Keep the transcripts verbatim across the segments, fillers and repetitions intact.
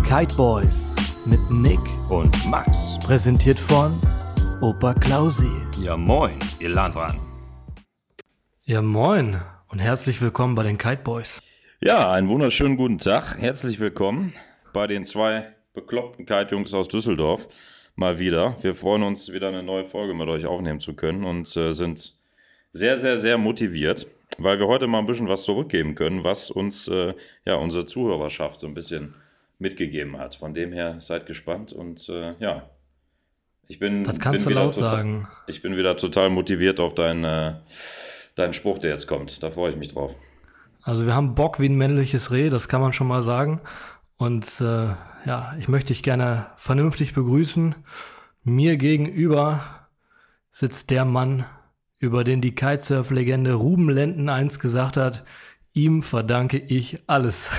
Kite Boys mit Nick und Max. Präsentiert von Opa Klausi. Ja moin, ihr Landwahn. Ja moin und herzlich willkommen bei den Kite Boys. Ja, einen wunderschönen guten Tag. Herzlich willkommen bei den zwei bekloppten Kite-Jungs aus Düsseldorf. Mal wieder. Wir freuen uns, wieder eine neue Folge mit euch aufnehmen zu können und äh, sind sehr, sehr, sehr motiviert, weil wir heute mal ein bisschen was zurückgeben können, was uns äh, ja unsere Zuhörerschaft so ein bisschen mitgegeben hat. Von dem her seid gespannt und äh, ja, ich bin, das kannst bin du wieder laut total, sagen. Ich bin wieder total motiviert auf deinen, äh, deinen Spruch, der jetzt kommt. Da freue ich mich drauf. Also wir haben Bock wie ein männliches Reh, das kann man schon mal sagen. Und äh, ja, ich möchte dich gerne vernünftig begrüßen. Mir gegenüber sitzt der Mann, über den die Kitesurf-Legende Ruben Lenten einst gesagt hat, ihm verdanke ich alles.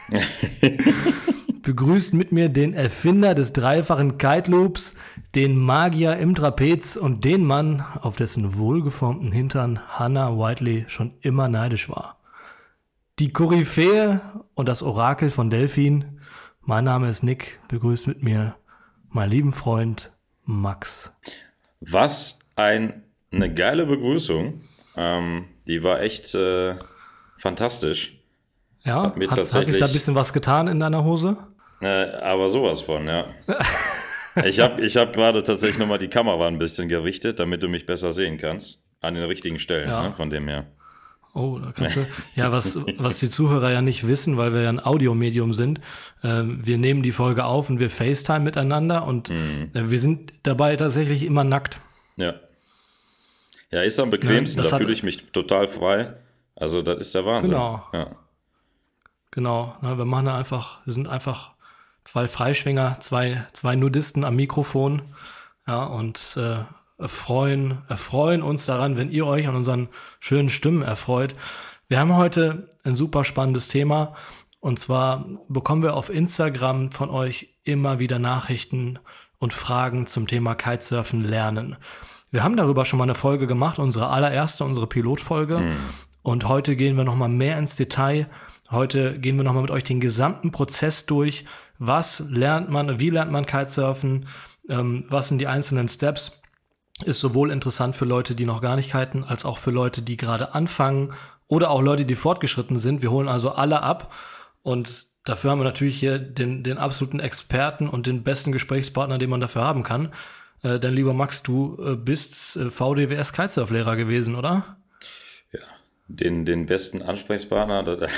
Begrüßt mit mir den Erfinder des dreifachen Kite-Loops, den Magier im Trapez und den Mann, auf dessen wohlgeformten Hintern Hannah Whiteley schon immer neidisch war. Die Koryphäe und das Orakel von Delfin. Mein Name ist Nick, begrüßt mit mir meinen lieben Freund Max. Was ein, eine geile Begrüßung. Ähm, die war echt äh, fantastisch. Ja, hat, hat, hat sich da ein bisschen was getan in deiner Hose? Äh, aber sowas von, ja. ich habe ich hab gerade tatsächlich nochmal die Kamera ein bisschen gerichtet, damit du mich besser sehen kannst. An den richtigen Stellen, ja. Ne, von dem her. Oh, da kannst du, ja, was, was die Zuhörer ja nicht wissen, weil wir ja ein Audiomedium sind, äh, wir nehmen die Folge auf und wir FaceTime miteinander und mhm. äh, wir sind dabei tatsächlich immer nackt. Ja. Ja, ist am bequemsten, ja, da fühle ich mich total frei. Also, das ist der Wahnsinn. Genau. Ja. Genau, ne, wir machen da einfach, wir sind einfach zwei Freischwinger, zwei, zwei Nudisten am Mikrofon, ja, und äh, erfreuen, erfreuen uns daran, wenn ihr euch an unseren schönen Stimmen erfreut. Wir haben heute ein super spannendes Thema und zwar bekommen wir auf Instagram von euch immer wieder Nachrichten und Fragen zum Thema Kitesurfen lernen. Wir haben darüber schon mal eine Folge gemacht, unsere allererste, unsere Pilotfolge mhm. und heute gehen wir nochmal mehr ins Detail. Heute gehen wir nochmal mit euch den gesamten Prozess durch. Was lernt man, wie lernt man Kitesurfen, ähm, was sind die einzelnen Steps? Ist sowohl interessant für Leute, die noch gar nicht kiten, als auch für Leute, die gerade anfangen oder auch Leute, die fortgeschritten sind. Wir holen also alle ab und dafür haben wir natürlich hier den, den absoluten Experten und den besten Gesprächspartner, den man dafür haben kann. Äh, denn lieber Max, du äh, bist äh, V D W S Kitesurf-Lehrer gewesen, oder? Ja, den, den besten Ansprechpartner, das,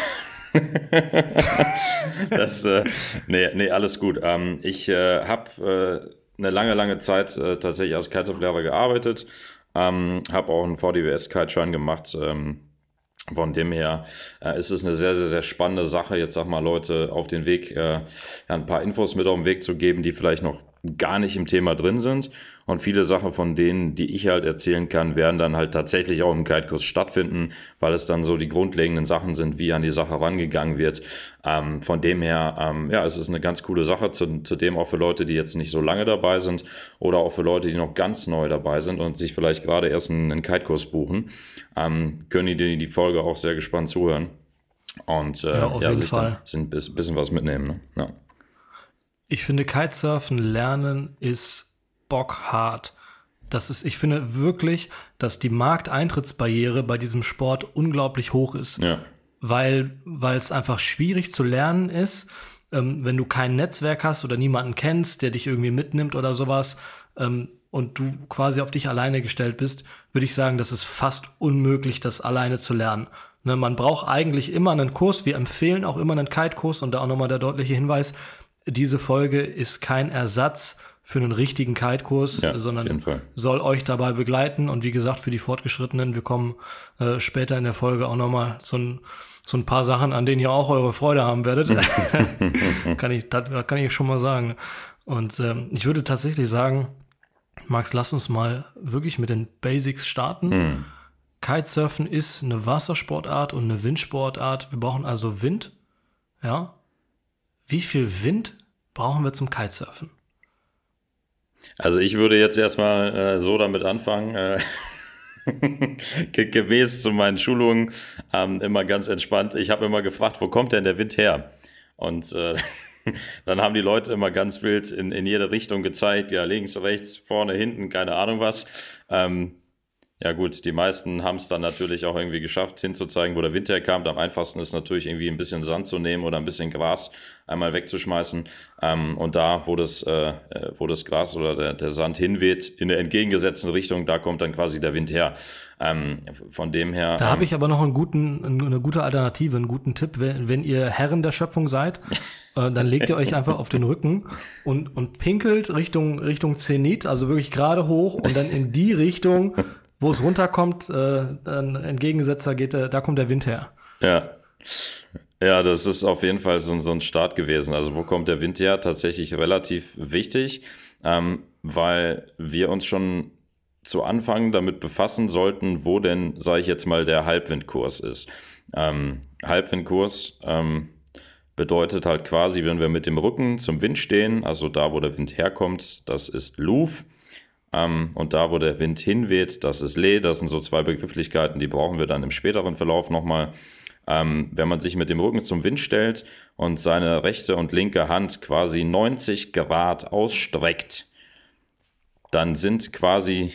das äh, nee, nee, alles gut. Ähm, ich äh, habe äh, eine lange, lange Zeit äh, tatsächlich als Kitesurf-Lehrer gearbeitet, ähm, habe auch einen V D W S-Kiteschein gemacht. Ähm, von dem her äh, ist es eine sehr, sehr, sehr spannende Sache, jetzt sag mal Leute auf den Weg, äh, ja, ein paar Infos mit auf den Weg zu geben, die vielleicht noch gar nicht im Thema drin sind. Und viele Sachen von denen, die ich halt erzählen kann, werden dann halt tatsächlich auch im Kitekurs stattfinden, weil es dann so die grundlegenden Sachen sind, wie an die Sache rangegangen wird. Ähm, von dem her, ähm, ja, es ist eine ganz coole Sache, zu, zudem auch für Leute, die jetzt nicht so lange dabei sind oder auch für Leute, die noch ganz neu dabei sind und sich vielleicht gerade erst einen, einen Kitekurs buchen, ähm, können die die Folge auch sehr gespannt zuhören und äh, ja, ja, sich Fall. dann ein bisschen was mitnehmen. Ne? Ja. Ich finde, Kitesurfen lernen ist bockhart. Das ist, ich finde wirklich, dass die Markteintrittsbarriere bei diesem Sport unglaublich hoch ist. Ja. Weil, weil es einfach schwierig zu lernen ist, ähm, wenn du kein Netzwerk hast oder niemanden kennst, der dich irgendwie mitnimmt oder sowas, ähm, und du quasi auf dich alleine gestellt bist, würde ich sagen, das ist fast unmöglich, das alleine zu lernen. Ne, man braucht eigentlich immer einen Kurs. Wir empfehlen auch immer einen Kite-Kurs und da auch nochmal der deutliche Hinweis, diese Folge ist kein Ersatz für einen richtigen Kite-Kurs, ja, sondern soll euch dabei begleiten. Und wie gesagt, für die Fortgeschrittenen, wir kommen äh, später in der Folge auch nochmal zu ein, so ein paar Sachen, an denen ihr auch eure Freude haben werdet. kann ich, das, das kann ich schon mal sagen. Und ähm, ich würde tatsächlich sagen, Max, lass uns mal wirklich mit den Basics starten. Mhm. Kitesurfen ist eine Wassersportart und eine Windsportart. Wir brauchen also Wind, ja. Wie viel Wind brauchen wir zum Kitesurfen? Also ich würde jetzt erstmal äh, so damit anfangen, äh, gemäß zu meinen Schulungen, ähm, immer ganz entspannt. Ich habe immer gefragt, wo kommt denn der Wind her? Und äh, dann haben die Leute immer ganz wild in, in jede Richtung gezeigt, ja, links, rechts, vorne, hinten, keine Ahnung was. Ähm, Ja gut, die meisten haben es dann natürlich auch irgendwie geschafft, hinzuzeigen, wo der Wind herkam. Am einfachsten ist natürlich irgendwie ein bisschen Sand zu nehmen oder ein bisschen Gras einmal wegzuschmeißen. Ähm, und da, wo das, äh, wo das Gras oder der, der Sand hinweht, in der entgegengesetzten Richtung, da kommt dann quasi der Wind her. Ähm, von dem her... Da ähm, habe ich aber noch einen guten, eine gute Alternative, einen guten Tipp. Wenn, wenn ihr Herren der Schöpfung seid, äh, dann legt ihr euch einfach auf den Rücken und, und pinkelt Richtung, Richtung Zenit, also wirklich gerade hoch und dann in die Richtung... Wo es runterkommt, äh, dann entgegengesetzter geht, der, da kommt der Wind her. Ja. Ja, das ist auf jeden Fall so, so ein Start gewesen. Also wo kommt der Wind her? Tatsächlich relativ wichtig, ähm, weil wir uns schon zu Anfang damit befassen sollten, wo denn, sage ich jetzt mal, der Halbwindkurs ist. Ähm, Halbwindkurs ähm, bedeutet halt quasi, wenn wir mit dem Rücken zum Wind stehen, also da, wo der Wind herkommt, das ist Luv. Um, und da, wo der Wind hinweht, das ist Le. Das sind so zwei Begrifflichkeiten, die brauchen wir dann im späteren Verlauf nochmal. Um, wenn man sich mit dem Rücken zum Wind stellt und seine rechte und linke Hand quasi neunzig Grad ausstreckt, dann sind quasi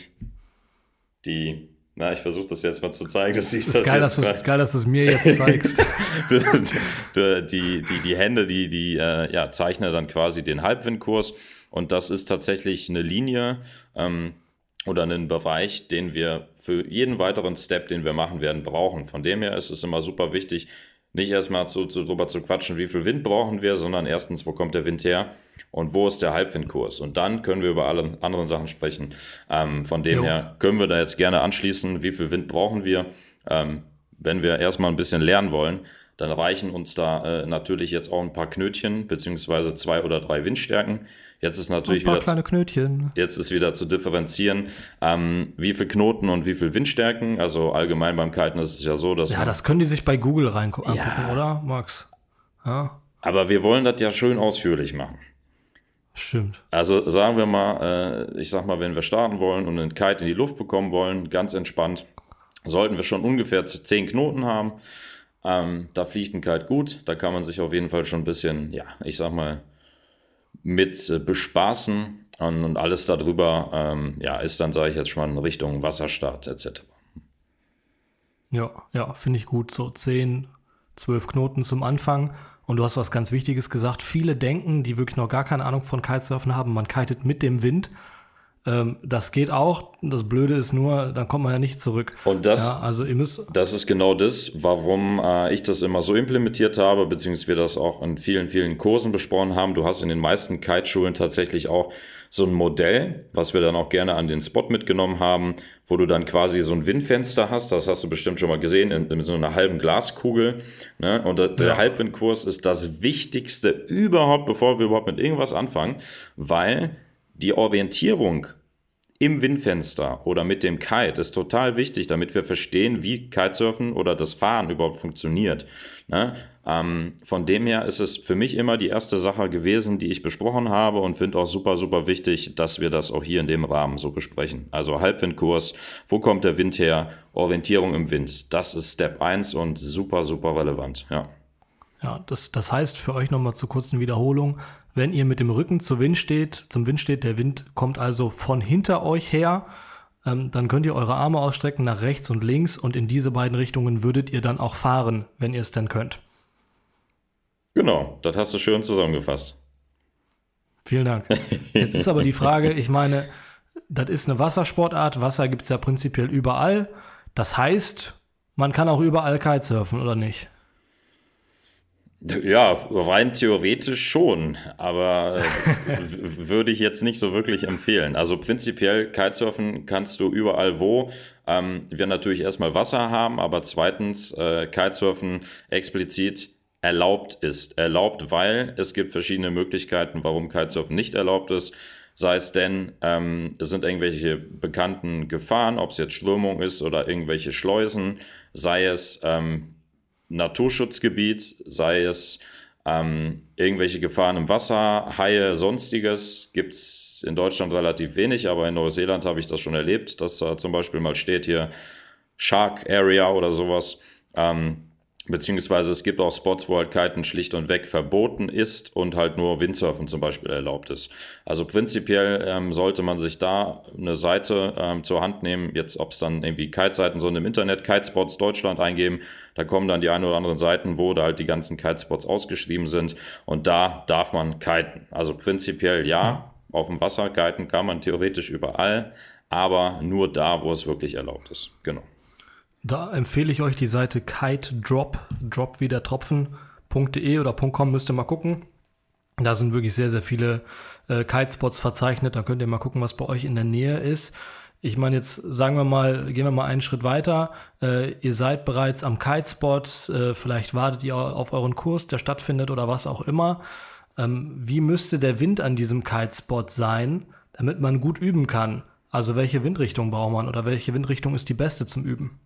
die, na, ich versuche das jetzt mal zu zeigen, dass ich das das ist geil, jetzt dass es geil, dass du es mir jetzt zeigst. die, die, die, die Hände, die, die äh, ja, zeichnen dann quasi den Halbwindkurs. Und das ist tatsächlich eine Linie ähm, oder einen Bereich, den wir für jeden weiteren Step, den wir machen werden, brauchen. Von dem her ist es immer super wichtig, nicht erstmal zu, zu, drüber zu quatschen, wie viel Wind brauchen wir, sondern erstens, wo kommt der Wind her und wo ist der Halbwindkurs. Und dann können wir über alle anderen Sachen sprechen. Ähm, von dem jo. her können wir da jetzt gerne anschließen, wie viel Wind brauchen wir. Ähm, wenn wir erstmal ein bisschen lernen wollen, dann reichen uns da äh, natürlich jetzt auch ein paar Knötchen, beziehungsweise zwei oder drei Windstärken. Jetzt ist natürlich ein paar wieder kleine Knötchen. Jetzt ist wieder zu differenzieren, ähm, wie viel Knoten und wie viel Windstärken. Also allgemein beim Kiten ist es ja so, dass ja, man, das können die sich bei Google reingucken, ja, oder, Max? Ja. Aber wir wollen das ja schön ausführlich machen. Stimmt. Also sagen wir mal, äh, ich sag mal, wenn wir starten wollen und einen Kite in die Luft bekommen wollen, ganz entspannt, sollten wir schon ungefähr zehn Knoten haben. Ähm, da fliegt ein Kite gut. Da kann man sich auf jeden Fall schon ein bisschen, ja, ich sag mal, mit äh, bespaßen und, und alles darüber, ähm, ja, ist dann, sage ich jetzt schon mal, in Richtung Wasserstart et cetera. Ja, ja, finde ich gut. So zehn, zwölf Knoten zum Anfang. Und du hast was ganz Wichtiges gesagt. Viele denken, die wirklich noch gar keine Ahnung von Kitesurfen haben, man kitet mit dem Wind. Ähm, das geht auch. Das Blöde ist nur, dann kommt man ja nicht zurück. Und das, ja, also ihr müsst das ist genau das, warum äh, ich das immer so implementiert habe, beziehungsweise wir das auch in vielen, vielen Kursen besprochen haben. Du hast in den meisten Kiteschulen tatsächlich auch so ein Modell, was wir dann auch gerne an den Spot mitgenommen haben, wo du dann quasi so ein Windfenster hast. Das hast du bestimmt schon mal gesehen, in, in so einer halben Glaskugel. Ne? Und der, der ja. Halbwindkurs ist das Wichtigste überhaupt, bevor wir überhaupt mit irgendwas anfangen, weil die Orientierung im Windfenster oder mit dem Kite ist total wichtig, damit wir verstehen, wie Kitesurfen oder das Fahren überhaupt funktioniert. Ne? Ähm, von dem her ist es für mich immer die erste Sache gewesen, die ich besprochen habe und finde auch super, super wichtig, dass wir das auch hier in dem Rahmen so besprechen. Also Halbwindkurs, wo kommt der Wind her, Orientierung im Wind, das ist Step eins und super, super relevant. Ja, ja das, das heißt für euch nochmal zur kurzen Wiederholung, wenn ihr mit dem Rücken zum Wind steht, zum Wind steht, der Wind kommt also von hinter euch her, ähm, dann könnt ihr eure Arme ausstrecken nach rechts und links und in diese beiden Richtungen würdet ihr dann auch fahren, wenn ihr es denn könnt. Genau, das hast du schön zusammengefasst. Vielen Dank. Jetzt ist aber die Frage, ich meine, das ist eine Wassersportart, Wasser gibt es ja prinzipiell überall. Das heißt, man kann auch überall Kitesurfen, oder nicht? Ja, rein theoretisch schon, aber äh, w- würde ich jetzt nicht so wirklich empfehlen. Also prinzipiell Kitesurfen kannst du überall wo. Ähm, wir natürlich erstmal Wasser haben, aber zweitens äh, Kitesurfen explizit erlaubt ist. Erlaubt, weil es gibt verschiedene Möglichkeiten, warum Kitesurfen nicht erlaubt ist. Sei es denn, ähm, es sind irgendwelche bekannten Gefahren, ob es jetzt Strömung ist oder irgendwelche Schleusen, sei es ähm, Naturschutzgebiet, sei es ähm, irgendwelche Gefahren im Wasser, Haie, sonstiges, gibt es in Deutschland relativ wenig, aber in Neuseeland habe ich das schon erlebt, dass da zum Beispiel mal steht hier Shark Area oder sowas. Ähm, Beziehungsweise es gibt auch Spots, wo halt Kiten schlicht und weg verboten ist und halt nur Windsurfen zum Beispiel erlaubt ist. Also prinzipiell ähm, sollte man sich da eine Seite ähm, zur Hand nehmen, jetzt ob es dann irgendwie Kiteseiten sind im Internet, Kitespots Deutschland eingeben, da kommen dann die ein oder anderen Seiten, wo da halt die ganzen Kitespots ausgeschrieben sind und da darf man kiten. Also prinzipiell ja, auf dem Wasser kiten kann man theoretisch überall, aber nur da, wo es wirklich erlaubt ist. Genau. Da empfehle ich euch die Seite kitedrop, drop wie der Tropfen.de oder .com, müsst ihr mal gucken. Da sind wirklich sehr, sehr viele äh, Kitespots verzeichnet. Da könnt ihr mal gucken, was bei euch in der Nähe ist. Ich meine, jetzt sagen wir mal, gehen wir mal einen Schritt weiter. Äh, ihr seid bereits am Kitespot, äh, vielleicht wartet ihr auf euren Kurs, der stattfindet oder was auch immer. Ähm, wie müsste der Wind an diesem Kitespot sein, damit man gut üben kann? Also welche Windrichtung braucht man oder welche Windrichtung ist die beste zum Üben?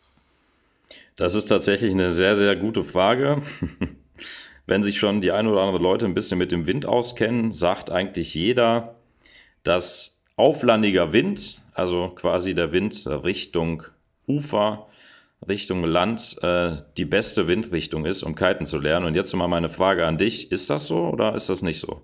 Das ist tatsächlich eine sehr, sehr gute Frage. Wenn sich schon die ein oder andere Leute ein bisschen mit dem Wind auskennen, sagt eigentlich jeder, dass auflandiger Wind, also quasi der Wind Richtung Ufer, Richtung Land, äh, die beste Windrichtung ist, um kiten zu lernen. Und jetzt mal meine Frage an dich, ist das so oder ist das nicht so?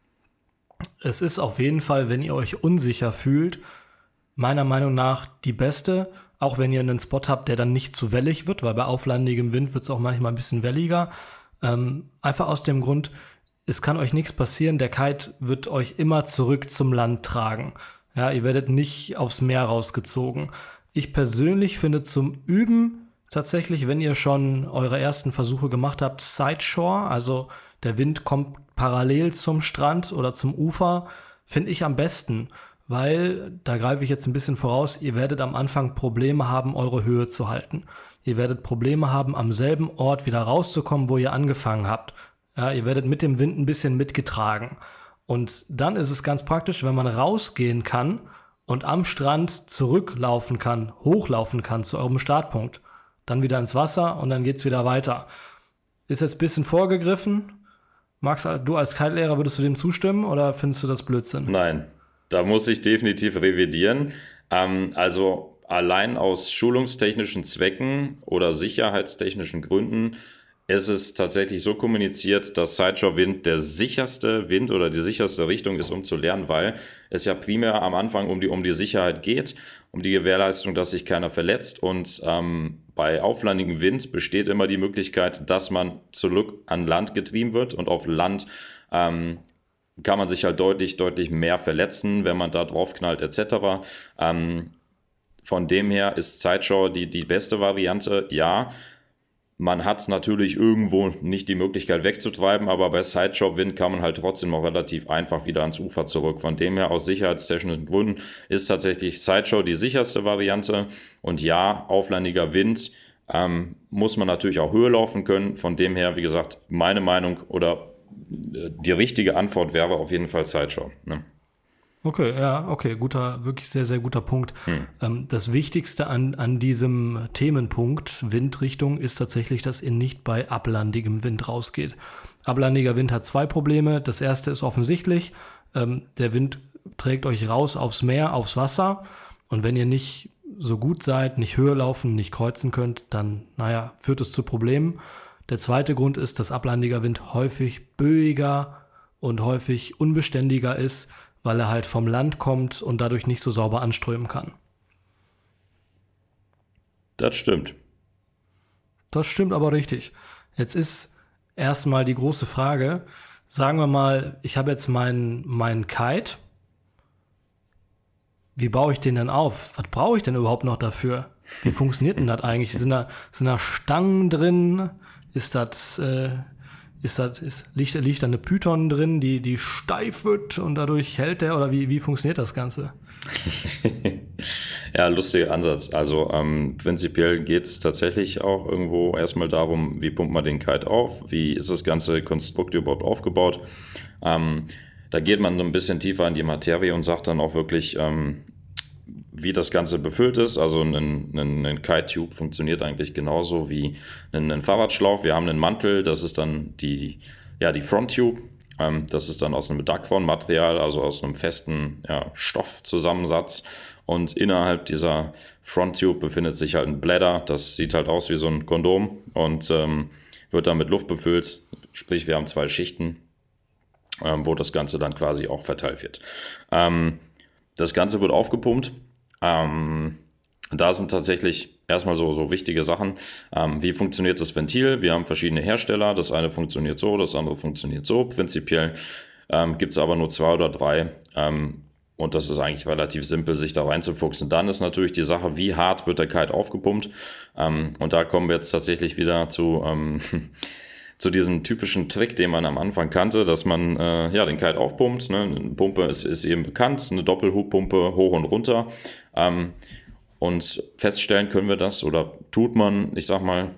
Es ist auf jeden Fall, wenn ihr euch unsicher fühlt, meiner Meinung nach die beste. Auch wenn ihr einen Spot habt, der dann nicht zu wellig wird, weil bei auflandigem Wind wird es auch manchmal ein bisschen welliger. Ähm, einfach aus dem Grund, es kann euch nichts passieren, der Kite wird euch immer zurück zum Land tragen. Ja, ihr werdet nicht aufs Meer rausgezogen. Ich persönlich finde zum Üben tatsächlich, wenn ihr schon eure ersten Versuche gemacht habt, Sideshore, also der Wind kommt parallel zum Strand oder zum Ufer, finde ich am besten. Weil, da greife ich jetzt ein bisschen voraus, ihr werdet am Anfang Probleme haben, eure Höhe zu halten. Ihr werdet Probleme haben, am selben Ort wieder rauszukommen, wo ihr angefangen habt. Ja, ihr werdet mit dem Wind ein bisschen mitgetragen. Und dann ist es ganz praktisch, wenn man rausgehen kann und am Strand zurücklaufen kann, hochlaufen kann zu eurem Startpunkt. Dann wieder ins Wasser und dann geht's wieder weiter. Ist jetzt ein bisschen vorgegriffen. Max, du als Kite-Lehrer, würdest du dem zustimmen oder findest du das Blödsinn? Nein. Da muss ich definitiv revidieren. Ähm, also allein aus schulungstechnischen Zwecken oder sicherheitstechnischen Gründen ist es tatsächlich so kommuniziert, dass Sideshore-Wind der sicherste Wind oder die sicherste Richtung ist, um zu lernen, weil es ja primär am Anfang um die, um die Sicherheit geht, um die Gewährleistung, dass sich keiner verletzt. Und ähm, bei auflandigem Wind besteht immer die Möglichkeit, dass man zurück an Land getrieben wird und auf Land ähm, kann man sich halt deutlich, deutlich mehr verletzen, wenn man da drauf knallt et cetera. Ähm, von dem her ist Sideshore die, die beste Variante, ja. Man hat natürlich irgendwo nicht die Möglichkeit wegzutreiben, aber bei Sideshore-Wind kann man halt trotzdem noch relativ einfach wieder ans Ufer zurück. Von dem her aus sicherheitstechnischen Gründen ist tatsächlich Sideshore die sicherste Variante. Und ja, auflandiger Wind ähm, muss man natürlich auch Höhe laufen können. Von dem her, wie gesagt, meine Meinung oder die richtige Antwort wäre auf jeden Fall Sideshore. Ne? Okay, ja, okay, guter, wirklich sehr, sehr guter Punkt. Hm. Ähm, das Wichtigste an, an diesem Themenpunkt Windrichtung ist tatsächlich, dass ihr nicht bei ablandigem Wind rausgeht. Ablandiger Wind hat zwei Probleme. Das erste ist offensichtlich, ähm, der Wind trägt euch raus aufs Meer, aufs Wasser. Und wenn ihr nicht so gut seid, nicht höher laufen, nicht kreuzen könnt, dann, naja, führt es zu Problemen. Der zweite Grund ist, dass ablandiger Wind häufig böiger und häufig unbeständiger ist, weil er halt vom Land kommt und dadurch nicht so sauber anströmen kann. Das stimmt. Das stimmt aber richtig. Jetzt ist erstmal die große Frage, sagen wir mal, ich habe jetzt meinen meinen Kite. Wie baue ich den denn auf? Was brauche ich denn überhaupt noch dafür? Wie funktioniert denn das eigentlich? Sind da, sind da Stangen drin? Ist das, äh, ist das, ist, liegt, liegt da eine Python drin, die, die steif wird und dadurch hält der? Oder wie, wie funktioniert das Ganze? Ja, lustiger Ansatz. Also ähm, prinzipiell geht es tatsächlich auch irgendwo erstmal darum, wie pumpt man den Kite auf? Wie ist das ganze Konstrukt überhaupt aufgebaut? Ähm, da geht man so ein bisschen tiefer in die Materie und sagt dann auch wirklich, ähm, wie das Ganze befüllt ist. Also ein, ein, ein Kite-Tube funktioniert eigentlich genauso wie ein, ein Fahrradschlauch. Wir haben einen Mantel, das ist dann die, ja, die Front-Tube. Ähm, das ist dann aus einem Duckhorn-Material, also aus einem festen ja, Stoffzusammensatz. und innerhalb dieser Fronttube befindet sich halt ein Bladder, das sieht halt aus wie so ein Kondom und ähm, wird dann mit Luft befüllt, sprich wir haben zwei Schichten, ähm, wo das Ganze dann quasi auch verteilt wird. Ähm, das Ganze wird aufgepumpt, ähm, da sind tatsächlich erstmal so, so wichtige Sachen. Ähm, wie funktioniert das Ventil? Wir haben verschiedene Hersteller. Das eine funktioniert so, das andere funktioniert so. Prinzipiell ähm, gibt es aber nur zwei oder drei. Ähm, und das ist eigentlich relativ simpel, sich da reinzufuchsen. Dann ist natürlich die Sache, wie hart wird der Kite aufgepumpt? Ähm, und da kommen wir jetzt tatsächlich wieder zu... Ähm, zu diesem typischen Trick, den man am Anfang kannte, dass man äh, ja den Kite aufpumpt. Ne? Eine Pumpe ist, ist eben bekannt, eine Doppelhubpumpe hoch und runter. Ähm, Und feststellen können wir das oder tut man, ich sag mal,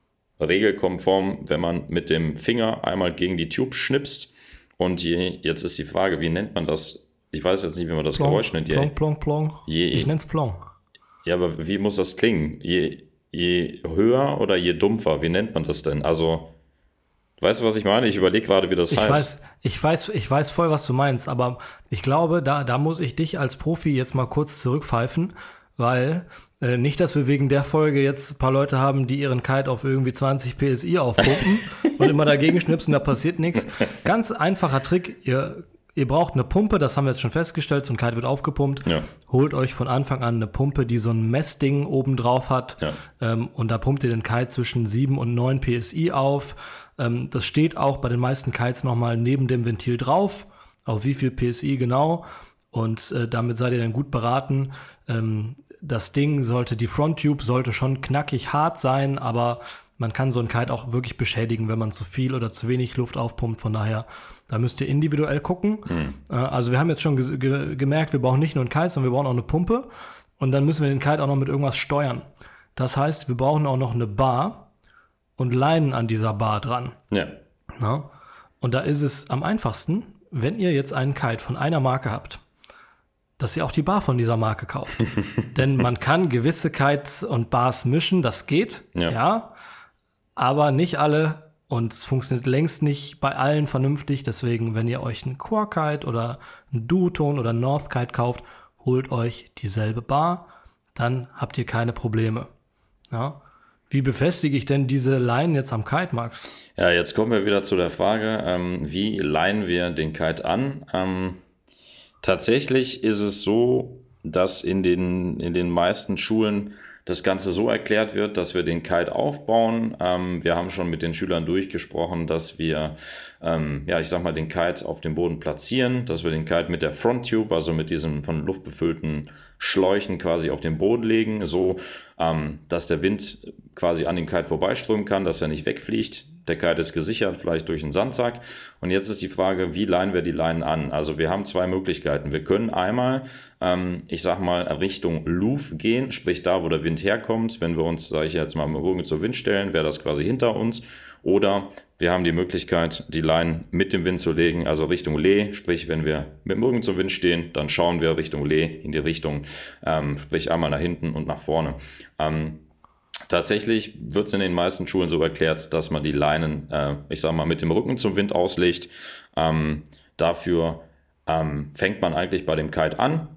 regelkonform, wenn man mit dem Finger einmal gegen die Tube schnipst. Und je, jetzt ist die Frage, wie nennt man das? Ich weiß jetzt nicht, wie man das Plong, Geräusch nennt. Je, plong, plong, plong. Je, ich nenn's Plong. Ja, aber wie muss das klingen? Je, je höher oder je dumpfer? Wie nennt man das denn? Also, weißt du, was ich meine? Ich überlege gerade, wie das ich heißt. Weiß, ich, weiß, ich weiß voll, was du meinst, aber ich glaube, da, da muss ich dich als Profi jetzt mal kurz zurückpfeifen. Weil, äh, nicht, dass wir wegen der Folge jetzt ein paar Leute haben, die ihren Kite auf irgendwie zwanzig P S I aufpumpen und immer dagegen schnipsen, da passiert nichts. Ganz einfacher Trick, ihr, ihr braucht eine Pumpe, das haben wir jetzt schon festgestellt, so ein Kite wird aufgepumpt. Ja. Holt euch von Anfang an eine Pumpe, die so ein Messding oben drauf hat. Ja. Ähm, und da pumpt ihr den Kite zwischen sieben und neun P S I auf. Ähm, das steht auch bei den meisten Kites nochmal neben dem Ventil drauf, auf wie viel P S I genau. Und äh, damit seid ihr dann gut beraten. Ähm, Das Ding sollte, die Fronttube sollte schon knackig hart sein, aber man kann so ein Kite auch wirklich beschädigen, wenn man zu viel oder zu wenig Luft aufpumpt. Von daher, da müsst ihr individuell gucken. Mhm. Äh, also wir haben jetzt schon ge- ge- gemerkt, wir brauchen nicht nur ein Kite, sondern wir brauchen auch eine Pumpe. Und dann müssen wir den Kite auch noch mit irgendwas steuern. Das heißt, wir brauchen auch noch eine Bar und Leinen an dieser Bar dran. Ja. Ja? Und da ist es am einfachsten, wenn ihr jetzt einen Kite von einer Marke habt, dass ihr auch die Bar von dieser Marke kauft. Denn man kann gewisse Kites und Bars mischen, das geht, ja. ja, aber nicht alle und es funktioniert längst nicht bei allen vernünftig. Deswegen, wenn ihr euch einen Core-Kite oder einen Duotone oder einen North-Kite kauft, holt euch dieselbe Bar, dann habt ihr keine Probleme. Ja. Wie befestige ich denn diese Leinen jetzt am Kite, Max? Ja, jetzt kommen wir wieder zu der Frage, ähm, wie leihen wir den Kite an? Ähm Tatsächlich ist es so, dass in den, in den meisten Schulen das Ganze so erklärt wird, dass wir den Kite aufbauen. Ähm, wir haben schon mit den Schülern durchgesprochen, dass wir, ähm, ja, ich sag mal, den Kite auf dem Boden platzieren, dass wir den Kite mit der Fronttube, also mit diesem von Luft befüllten Schläuchen quasi auf den Boden legen, so, ähm, dass der Wind quasi an dem Kite vorbeiströmen kann, dass er nicht wegfliegt. Der Kite ist gesichert, vielleicht durch einen Sandsack. Und jetzt ist die Frage, wie leihen wir die Leinen an? Also wir haben zwei Möglichkeiten. Wir können einmal, ähm, ich sag mal, Richtung Luve gehen, sprich da, wo der Wind herkommt. Wenn wir uns, sage ich jetzt mal, mit dem Rücken zur Wind stellen, wäre das quasi hinter uns. Oder wir haben die Möglichkeit, die Leinen mit dem Wind zu legen, also Richtung Lee. Sprich, wenn wir mit dem Rücken zum Wind stehen, dann schauen wir Richtung Lee in die Richtung, ähm, sprich einmal nach hinten und nach vorne. Ähm, Tatsächlich wird es in den meisten Schulen so erklärt, dass man die Leinen, äh, ich sag mal, mit dem Rücken zum Wind auslegt. Ähm, dafür ähm, fängt man eigentlich bei dem Kite an,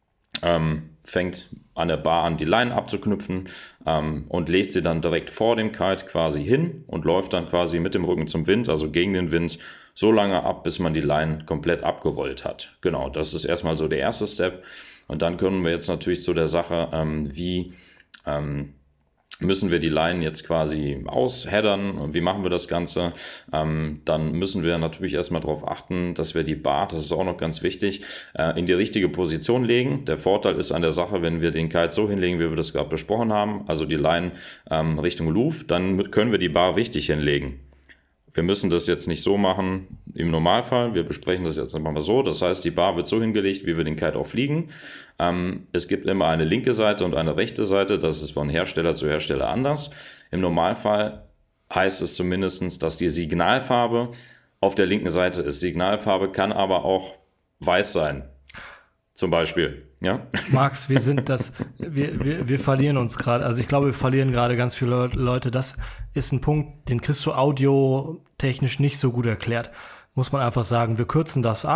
ähm, fängt an der Bar an, die Leinen abzuknüpfen ähm, und legt sie dann direkt vor dem Kite quasi hin und läuft dann quasi mit dem Rücken zum Wind, also gegen den Wind, so lange ab, bis man die Leinen komplett abgerollt hat. Genau, das ist erstmal so der erste Step. Und dann können wir jetzt natürlich zu der Sache, ähm, wie ähm, müssen wir die Leinen jetzt quasi ausheadern und wie machen wir das Ganze? Ähm, dann müssen wir natürlich erstmal darauf achten, dass wir die Bar, das ist auch noch ganz wichtig, äh, in die richtige Position legen. Der Vorteil ist an der Sache, wenn wir den Kite so hinlegen, wie wir das gerade besprochen haben, also die Leinen ähm, Richtung Luve, dann können wir die Bar richtig hinlegen. Wir müssen das jetzt nicht so machen im Normalfall. Wir besprechen das jetzt einfach mal so. Das heißt, die Bar wird so hingelegt, wie wir den Kite auch fliegen. Ähm, es gibt immer eine linke Seite und eine rechte Seite. Das ist von Hersteller zu Hersteller anders. Im Normalfall heißt es zumindest, dass die Signalfarbe auf der linken Seite ist. Signalfarbe kann aber auch weiß sein. Zum Beispiel. Ja? Max, wir sind das, wir, wir, wir verlieren uns gerade, also ich glaube, wir verlieren gerade ganz viele Leute. Das ist ein Punkt, den kriegst du audiotechnisch nicht so gut erklärt. Muss man einfach sagen, wir kürzen das ab.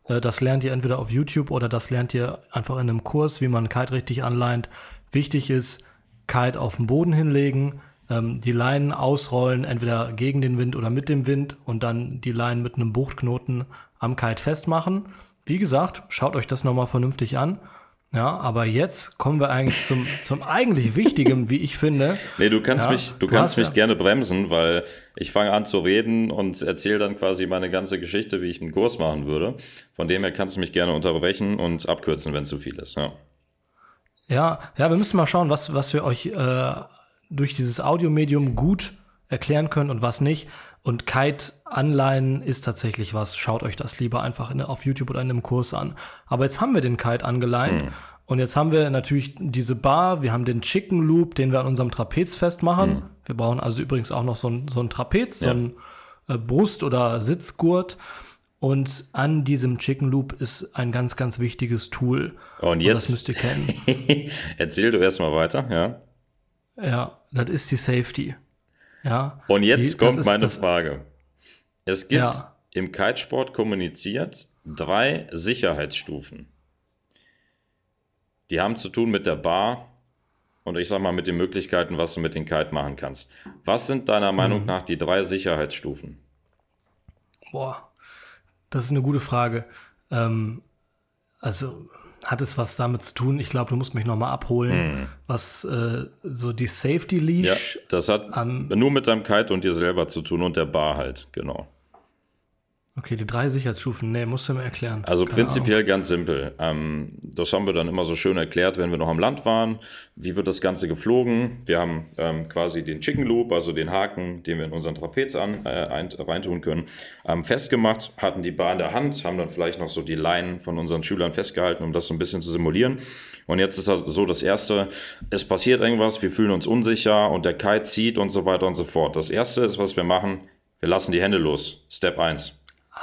Äh, das lernt ihr entweder auf YouTube oder das lernt ihr einfach in einem Kurs, wie man Kite richtig anleint. Wichtig ist, Kite auf den Boden hinlegen, ähm, die Leinen ausrollen, entweder gegen den Wind oder mit dem Wind und dann die Leinen mit einem Buchtknoten am Kite festmachen. Wie gesagt, schaut euch das nochmal vernünftig an. Ja, aber jetzt kommen wir eigentlich zum, zum eigentlich Wichtigen, wie ich finde. Nee, du kannst ja, mich, du, du kannst mich ja. gerne bremsen, weil ich fange an zu reden und erzähle dann quasi meine ganze Geschichte, wie ich einen Kurs machen würde. Von dem her kannst du mich gerne unterbrechen und abkürzen, wenn zu viel ist. Ja, ja, ja, wir müssen mal schauen, was, was wir euch äh, durch dieses Audiomedium gut erklären können und was nicht. Und Kite-Anleihen ist tatsächlich was. Schaut euch das lieber einfach in, auf YouTube oder in einem Kurs an. Aber jetzt haben wir den Kite angeleint. Hm. Und jetzt haben wir natürlich diese Bar. Wir haben den Chicken Loop, den wir an unserem Trapez festmachen. Hm. Wir brauchen also übrigens auch noch so ein, so ein Trapez, ja. so ein äh, Brust- oder Sitzgurt. Und an diesem Chicken Loop ist ein ganz, ganz wichtiges Tool. Und jetzt? Und das müsst ihr kennen. Erzähl du erstmal weiter, ja. Ja, das ist die Safety. Ja, und jetzt die, kommt meine das, Frage. Es gibt ja. im Kitesport kommuniziert drei Sicherheitsstufen. Die haben zu tun mit der Bar und ich sag mal mit den Möglichkeiten, was du mit dem Kite machen kannst. Was sind deiner Meinung mhm. nach die drei Sicherheitsstufen? Boah, das ist eine gute Frage. Ähm, also hat es was damit zu tun? Ich glaube, du musst mich nochmal abholen, hm. was äh, so die Safety Leash. Ja, das hat ähm, nur mit deinem Kite und dir selber zu tun und der Bar halt, genau. Okay, die drei Sicherheitsstufen, nee, musst du mir erklären. Also Keine prinzipiell Ahnung. Ganz simpel. Ähm, das haben wir dann immer so schön erklärt, wenn wir noch am Land waren. Wie wird das Ganze geflogen? Wir haben ähm, quasi den Chicken Loop, also den Haken, den wir in unseren Trapez an, äh, ein, reintun können, ähm, festgemacht, hatten die Bar in der Hand, haben dann vielleicht noch so die Leinen von unseren Schülern festgehalten, um das so ein bisschen zu simulieren. Und jetzt ist halt so das Erste, es passiert irgendwas, wir fühlen uns unsicher und der Kite zieht und so weiter und so fort. Das Erste ist, was wir machen, wir lassen die Hände los. Step eins.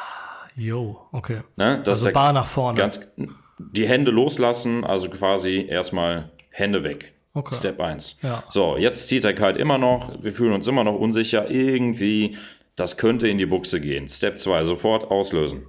Jo, okay. Ne, also der, Bar nach vorne. Ganz, die Hände loslassen, also quasi erstmal Hände weg. Okay. Step eins. Ja. So, jetzt zieht der Kite immer noch, wir fühlen uns immer noch unsicher, irgendwie, das könnte in die Buchse gehen. Step zwei, sofort auslösen.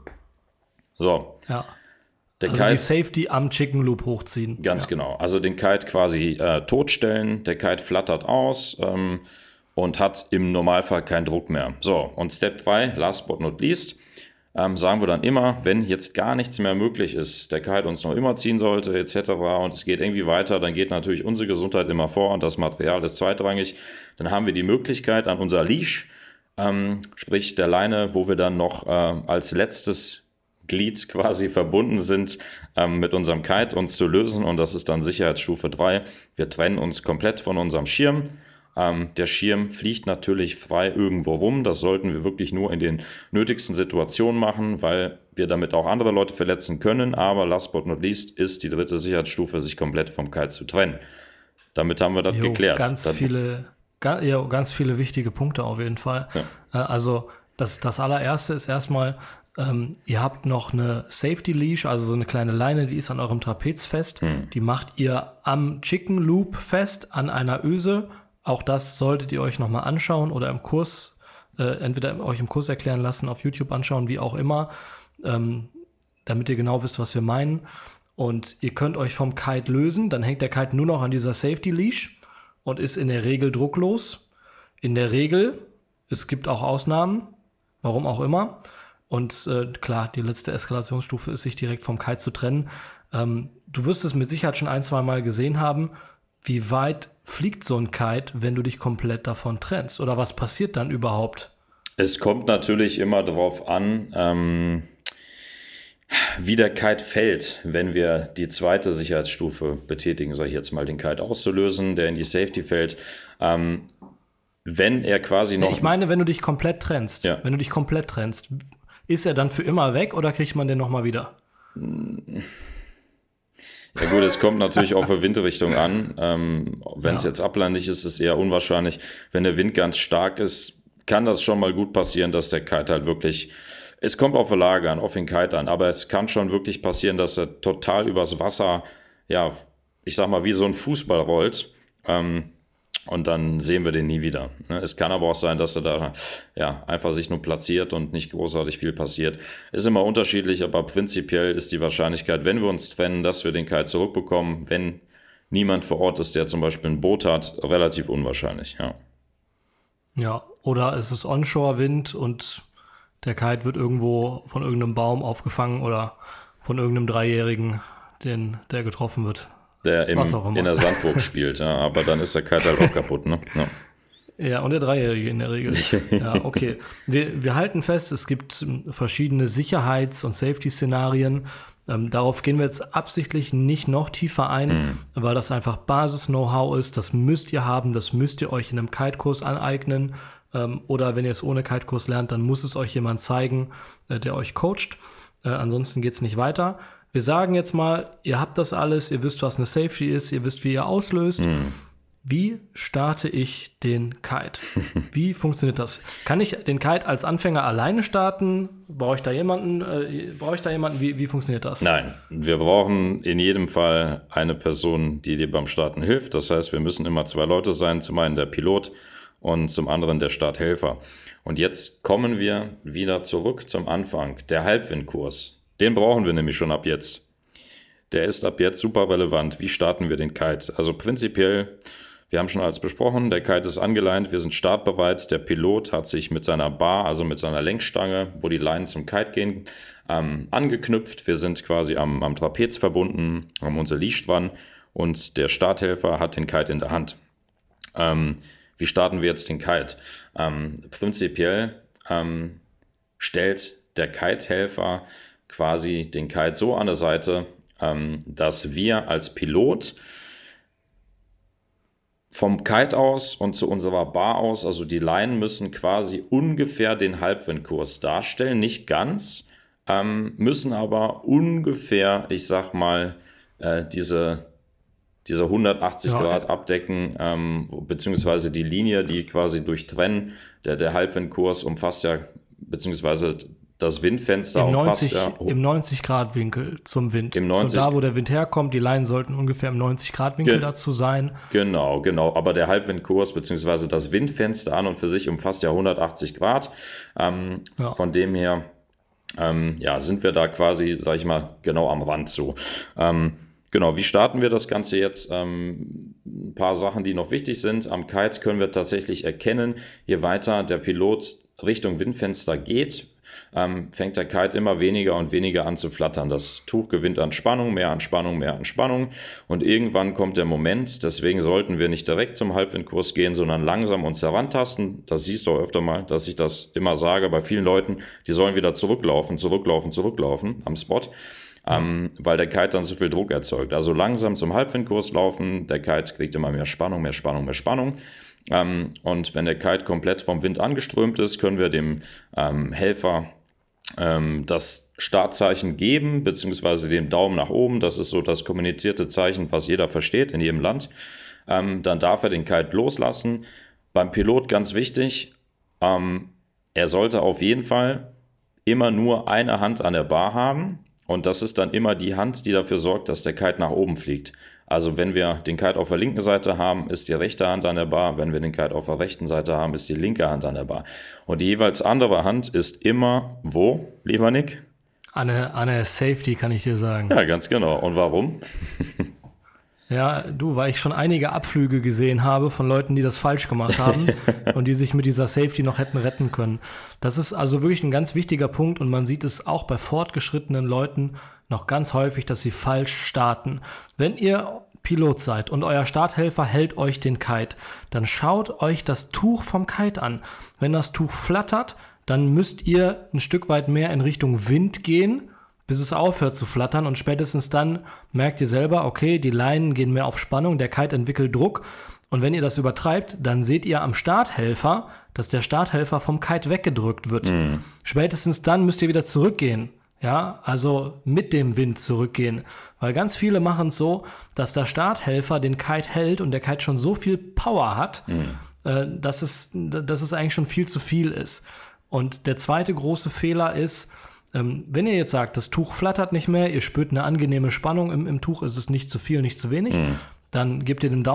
So. Ja. Der also Kite, die Safety am Chicken Loop hochziehen. Ganz ja. genau. Also den Kite quasi äh, totstellen, der Kite flattert aus ähm, und hat im Normalfall keinen Druck mehr. So, und Step drei, last but not least, Ähm, sagen wir dann immer, wenn jetzt gar nichts mehr möglich ist, der Kite uns noch immer ziehen sollte et cetera und es geht irgendwie weiter, dann geht natürlich unsere Gesundheit immer vor und das Material ist zweitrangig. Dann haben wir die Möglichkeit an unser Leash, ähm, sprich der Leine, wo wir dann noch äh, als letztes Glied quasi verbunden sind, ähm, mit unserem Kite uns zu lösen und das ist dann Sicherheitsstufe drei. Wir trennen uns komplett von unserem Schirm. Ähm, der Schirm fliegt natürlich frei irgendwo rum. Das sollten wir wirklich nur in den nötigsten Situationen machen, weil wir damit auch andere Leute verletzen können. Aber last but not least ist die dritte Sicherheitsstufe, sich komplett vom Kite zu trennen. Damit haben wir das jo, geklärt. Ganz das, viele, ga, ja, ganz viele wichtige Punkte auf jeden Fall. Ja. Äh, also das, das allererste ist erstmal, ähm, ihr habt noch eine Safety Leash, also so eine kleine Leine, die ist an eurem Trapez fest. Hm. Die macht ihr am Chicken Loop fest, an einer Öse. Auch das solltet ihr euch nochmal anschauen oder im Kurs, äh, entweder euch im Kurs erklären lassen, auf YouTube anschauen, wie auch immer, ähm, damit ihr genau wisst, was wir meinen. Und ihr könnt euch vom Kite lösen, dann hängt der Kite nur noch an dieser Safety Leash und ist in der Regel drucklos. In der Regel, es gibt auch Ausnahmen, warum auch immer. Und äh, klar, die letzte Eskalationsstufe ist, sich direkt vom Kite zu trennen. Ähm, du wirst es mit Sicherheit schon ein, zwei Mal gesehen haben. Wie weit fliegt so ein Kite, wenn du dich komplett davon trennst? Oder was passiert dann überhaupt? Es kommt natürlich immer darauf an, ähm, wie der Kite fällt, wenn wir die zweite Sicherheitsstufe betätigen, sage ich jetzt mal, den Kite auszulösen, der in die Safety fällt. Ähm, wenn er quasi noch... Ich meine, wenn du dich komplett trennst, ja. wenn du dich komplett trennst, ist er dann für immer weg oder kriegt man den nochmal wieder? Ja gut, es kommt natürlich auch für Windrichtung an. Ähm, wenn es ja. jetzt ablandig ist, ist es eher unwahrscheinlich. Wenn der Wind ganz stark ist, kann das schon mal gut passieren, dass der Kite halt wirklich, es kommt auf die Lage an, auf den Kite an, aber es kann schon wirklich passieren, dass er total übers Wasser, ja, ich sag mal, wie so ein Fußball rollt. Ähm, und dann sehen wir den nie wieder. Es kann aber auch sein, dass er da ja, einfach sich nur platziert und nicht großartig viel passiert. Ist immer unterschiedlich, aber prinzipiell ist die Wahrscheinlichkeit, wenn wir uns trennen, dass wir den Kite zurückbekommen, wenn niemand vor Ort ist, der zum Beispiel ein Boot hat, relativ unwahrscheinlich. Ja, ja, oder es ist Onshore-Wind und der Kite wird irgendwo von irgendeinem Baum aufgefangen oder von irgendeinem Dreijährigen, den, der getroffen wird. Der im, in der Sandburg spielt, ja, aber dann ist der Kite halt auch kaputt, ne? Ja. Ja, und der Dreijährige in der Regel. Ja, okay. Wir, wir halten fest, es gibt verschiedene Sicherheits- und Safety-Szenarien. Ähm, darauf gehen wir jetzt absichtlich nicht noch tiefer ein, mhm. weil das einfach Basis-Know-how ist. Das müsst ihr haben, das müsst ihr euch in einem Kite-Kurs aneignen. Ähm, oder wenn ihr es ohne Kite-Kurs lernt, dann muss es euch jemand zeigen, äh, der euch coacht. Äh, ansonsten geht es nicht weiter. Wir sagen jetzt mal, ihr habt das alles, ihr wisst, was eine Safety ist, ihr wisst, wie ihr auslöst. Mhm. Wie starte ich den Kite? Wie funktioniert das? Kann ich den Kite als Anfänger alleine starten? Brauche ich da jemanden? Äh, brauche ich da jemanden? Wie, wie funktioniert das? Nein, wir brauchen in jedem Fall eine Person, die dir beim Starten hilft. Das heißt, wir müssen immer zwei Leute sein. Zum einen der Pilot und zum anderen der Starthelfer. Und jetzt kommen wir wieder zurück zum Anfang. Der Halbwindkurs. Den brauchen wir nämlich schon ab jetzt. Der ist ab jetzt super relevant. Wie starten wir den Kite? Also prinzipiell, wir haben schon alles besprochen, der Kite ist angeleint, wir sind startbereit. Der Pilot hat sich mit seiner Bar, also mit seiner Lenkstange, wo die Leinen zum Kite gehen, ähm, angeknüpft. Wir sind quasi am, am Trapez verbunden, haben unser Leash dran und der Starthelfer hat den Kite in der Hand. Ähm, wie starten wir jetzt den Kite? Ähm, prinzipiell ähm, stellt der Kite-Helfer quasi den Kite so an der Seite, ähm, dass wir als Pilot vom Kite aus und zu unserer Bar aus, also die Leinen müssen quasi ungefähr den Halbwindkurs darstellen, nicht ganz, ähm, müssen aber ungefähr, ich sag mal, äh, diese, diese hundertachtzig ja. Grad abdecken, ähm, beziehungsweise die Linie, die quasi durchtrennen, der, der Halbwindkurs umfasst ja, beziehungsweise das Windfenster Im umfasst neunzig, ja. Im neunzig Grad Winkel zum Wind. Im neunzig, so da, wo der Wind herkommt, die Leinen sollten ungefähr im neunzig Grad Winkel ge- dazu sein. Genau, genau. Aber der Halbwindkurs bzw. das Windfenster an und für sich umfasst ja hundertachtzig Grad. Ähm, ja. Von dem her ähm, ja, sind wir da quasi, sag ich mal, genau am Rand so. Ähm, genau, wie starten wir das Ganze jetzt? Ähm, ein paar Sachen, die noch wichtig sind. Am Kite können wir tatsächlich erkennen, je weiter der Pilot Richtung Windfenster geht, Ähm, fängt der Kite immer weniger und weniger an zu flattern. Das Tuch gewinnt an Spannung, mehr an Spannung, mehr an Spannung und irgendwann kommt der Moment, deswegen sollten wir nicht direkt zum Halbwindkurs gehen, sondern langsam uns herantasten. Das siehst du auch öfter mal, dass ich das immer sage bei vielen Leuten, die sollen wieder zurücklaufen, zurücklaufen, zurücklaufen am Spot, ähm, weil der Kite dann so viel Druck erzeugt. Also langsam zum Halbwindkurs laufen, der Kite kriegt immer mehr Spannung, mehr Spannung, mehr Spannung. Ähm, und wenn der Kite komplett vom Wind angeströmt ist, können wir dem ähm, Helfer ähm, das Startzeichen geben, beziehungsweise den Daumen nach oben. Das ist so das kommunizierte Zeichen, was jeder versteht in jedem Land. Ähm, dann darf er den Kite loslassen. Beim Pilot ganz wichtig, ähm, er sollte auf jeden Fall immer nur eine Hand an der Bar haben. Und das ist dann immer die Hand, die dafür sorgt, dass der Kite nach oben fliegt. Also wenn wir den Kite auf der linken Seite haben, ist die rechte Hand an der Bar. Wenn wir den Kite auf der rechten Seite haben, ist die linke Hand an der Bar. Und die jeweils andere Hand ist immer wo, lieber Nick? An der, an der Safety, kann ich dir sagen. Ja, ganz genau. Und warum? Ja, du, weil ich schon einige Abflüge gesehen habe von Leuten, die das falsch gemacht haben und die sich mit dieser Safety noch hätten retten können. Das ist also wirklich ein ganz wichtiger Punkt und man sieht es auch bei fortgeschrittenen Leuten noch ganz häufig, dass sie falsch starten. Wenn ihr Pilot seid und euer Starthelfer hält euch den Kite, dann schaut euch das Tuch vom Kite an. Wenn das Tuch flattert, dann müsst ihr ein Stück weit mehr in Richtung Wind gehen, bis es aufhört zu flattern und spätestens dann merkt ihr selber, okay, die Leinen gehen mehr auf Spannung, der Kite entwickelt Druck und wenn ihr das übertreibt, dann seht ihr am Starthelfer, dass der Starthelfer vom Kite weggedrückt wird. Mhm. Spätestens dann müsst ihr wieder zurückgehen, ja, also mit dem Wind zurückgehen, weil ganz viele machen es so, dass der Starthelfer den Kite hält und der Kite schon so viel Power hat, mhm. äh, dass es, dass es eigentlich schon viel zu viel ist. Und der zweite große Fehler ist, Ähm, wenn ihr jetzt sagt, das Tuch flattert nicht mehr, ihr spürt eine angenehme Spannung im, im Tuch, ist es nicht zu viel, nicht zu wenig, mhm. dann gebt ihr den Daumen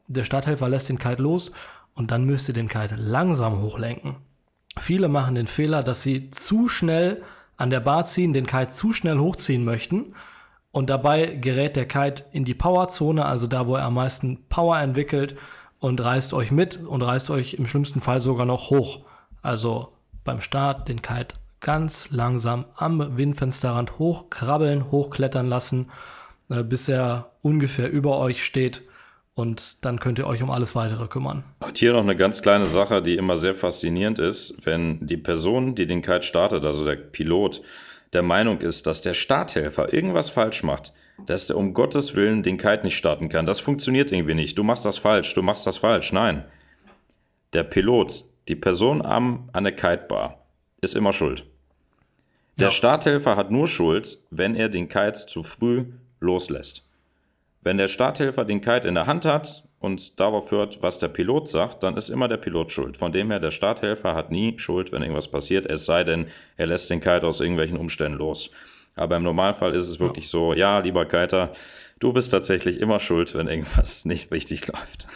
der Starthelfer lässt den Kite los und dann müsst ihr den Kite langsam hochlenken. Viele machen den Fehler, dass sie zu schnell an der Bar ziehen, den Kite zu schnell hochziehen möchten und dabei gerät der Kite in die Powerzone, also da, wo er am meisten Power entwickelt und reißt euch mit und reißt euch im schlimmsten Fall sogar noch hoch. Also beim Start den Kite ganz langsam am Windfensterrand hochkrabbeln, hochklettern lassen, äh, bis er ungefähr über euch steht. Und dann könnt ihr euch um alles Weitere kümmern. Und hier noch eine ganz kleine Sache, die immer sehr faszinierend ist. Wenn die Person, die den Kite startet, also der Pilot, der Meinung ist, dass der Starthelfer irgendwas falsch macht, dass der um Gottes Willen den Kite nicht starten kann. Das funktioniert irgendwie nicht. Du machst das falsch, du machst das falsch. Nein, der Pilot, die Person am, an der Kitebar, ist immer schuld. Der ja. Starthelfer hat nur Schuld, wenn er den Kite zu früh loslässt. Wenn der Starthelfer den Kite in der Hand hat und darauf hört, was der Pilot sagt, dann ist immer der Pilot schuld. Von dem her, der Starthelfer hat nie Schuld, wenn irgendwas passiert, es sei denn, er lässt den Kite aus irgendwelchen Umständen los. Aber im Normalfall ist es wirklich ja. so, ja, lieber Kiter, du bist tatsächlich immer schuld, wenn irgendwas nicht richtig läuft.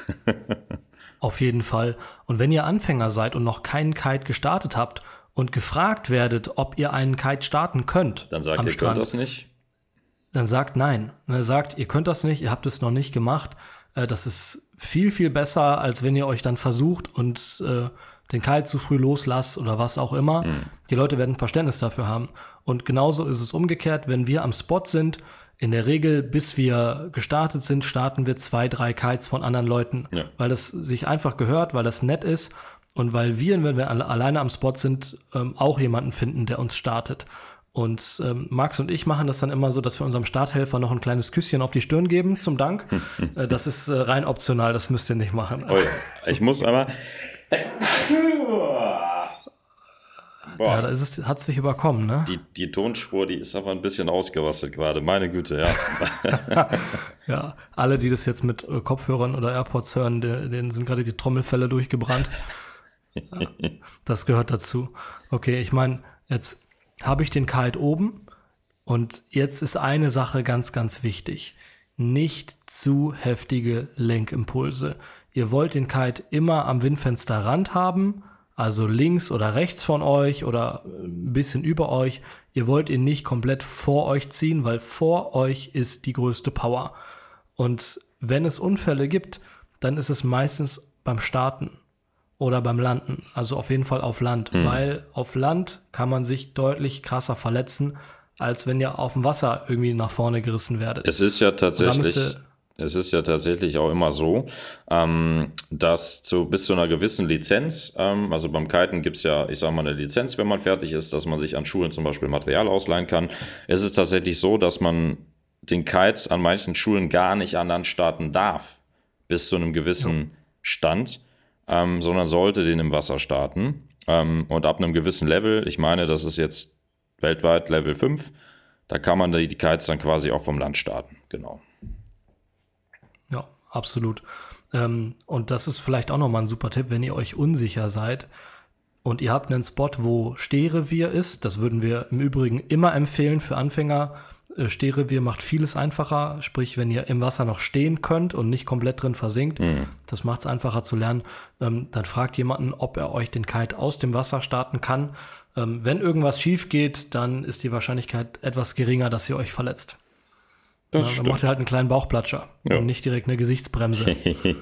Auf jeden Fall. Und wenn ihr Anfänger seid und noch keinen Kite gestartet habt und gefragt werdet, ob ihr einen Kite starten könnt, dann sagt am ihr, Strand, könnt das nicht. Dann sagt nein. Er sagt, ihr könnt das nicht, ihr habt es noch nicht gemacht. Das ist viel, viel besser, als wenn ihr euch dann versucht und äh, den Kite zu früh loslasst oder was auch immer. Mhm. Die Leute werden Verständnis dafür haben. Und genauso ist es umgekehrt, wenn wir am Spot sind. In der Regel, bis wir gestartet sind, starten wir zwei, drei Kites von anderen Leuten. Ja. Weil das sich einfach gehört, weil das nett ist und weil wir, wenn wir alle, alleine am Spot sind, ähm, auch jemanden finden, der uns startet. Und ähm, Max und ich machen das dann immer so, dass wir unserem Starthelfer noch ein kleines Küsschen auf die Stirn geben, zum Dank. äh, das ist äh, rein optional, das müsst ihr nicht machen. Oh ja. Ich muss aber... Boah. Ja, da ist es, hat es sich überkommen, ne? Die, die Tonspur, die ist aber ein bisschen ausgerastet gerade, meine Güte, ja. Ja, alle, die das jetzt mit äh, Kopfhörern oder AirPods hören, de, denen sind gerade die Trommelfelle durchgebrannt. Ja, das gehört dazu. Okay, ich meine, jetzt habe ich den Kite oben und jetzt ist eine Sache ganz, ganz wichtig. Nicht zu heftige Lenkimpulse. Ihr wollt den Kite immer am Windfensterrand haben, also links oder rechts von euch oder ein bisschen über euch. Ihr wollt ihn nicht komplett vor euch ziehen, weil vor euch ist die größte Power. Und wenn es Unfälle gibt, dann ist es meistens beim Starten oder beim Landen, also auf jeden Fall auf Land, mhm. weil auf Land kann man sich deutlich krasser verletzen, als wenn ihr auf dem Wasser irgendwie nach vorne gerissen werdet. Es ist ja tatsächlich, es ist ja tatsächlich auch immer so, ähm, dass zu, bis zu einer gewissen Lizenz, ähm, also beim Kiten gibt es ja, ich sage mal, eine Lizenz, wenn man fertig ist, dass man sich an Schulen zum Beispiel Material ausleihen kann. Es ist tatsächlich so, dass man den Kite an manchen Schulen gar nicht an Land starten darf, bis zu einem gewissen ja. Stand. Ähm, sondern sollte den im Wasser starten. Ähm, und ab einem gewissen Level, ich meine, das ist jetzt weltweit Level fünf, da kann man die, die Kites dann quasi auch vom Land starten. Genau. Ja, absolut. Ähm, und das ist vielleicht auch nochmal ein super Tipp, wenn ihr euch unsicher seid und ihr habt einen Spot, wo Stehrevier ist. Das würden wir im Übrigen immer empfehlen für Anfänger. Stehrevier macht vieles einfacher, sprich, wenn ihr im Wasser noch stehen könnt und nicht komplett drin versinkt, mhm. das macht es einfacher zu lernen, ähm, dann fragt jemanden, ob er euch den Kite aus dem Wasser starten kann. Ähm, wenn irgendwas schief geht, dann ist die Wahrscheinlichkeit etwas geringer, dass ihr euch verletzt. Das ja, dann macht ihr halt einen kleinen Bauchplatscher ja. und nicht direkt eine Gesichtsbremse.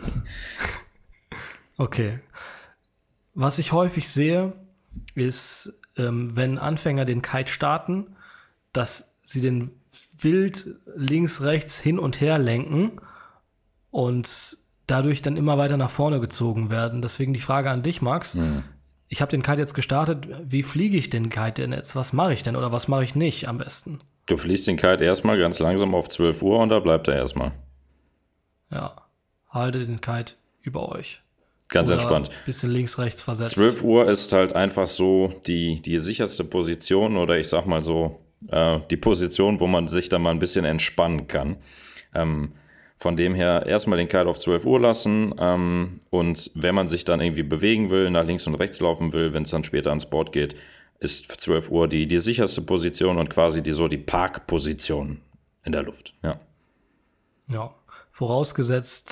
Okay. Was ich häufig sehe, ist, ähm, wenn Anfänger den Kite starten, dass sie den wild links, rechts hin und her lenken und dadurch dann immer weiter nach vorne gezogen werden. Deswegen die Frage an dich, Max. Mhm. Ich habe den Kite jetzt gestartet. Wie fliege ich den Kite denn jetzt? Was mache ich denn oder was mache ich nicht am besten? Du fliegst den Kite erstmal ganz langsam auf zwölf Uhr und da bleibt er erstmal. Ja, halte den Kite über euch. Ganz oder entspannt. Ein bisschen links, rechts versetzt. zwölf Uhr ist halt einfach so die, die sicherste Position oder ich sag mal so, die Position, wo man sich dann mal ein bisschen entspannen kann. Ähm, von dem her erstmal den Kite auf zwölf Uhr lassen ähm, und wenn man sich dann irgendwie bewegen will, nach links und rechts laufen will, wenn es dann später ans Board geht, ist zwölf Uhr die, die sicherste Position und quasi die, so die Parkposition in der Luft. Ja. Ja, vorausgesetzt,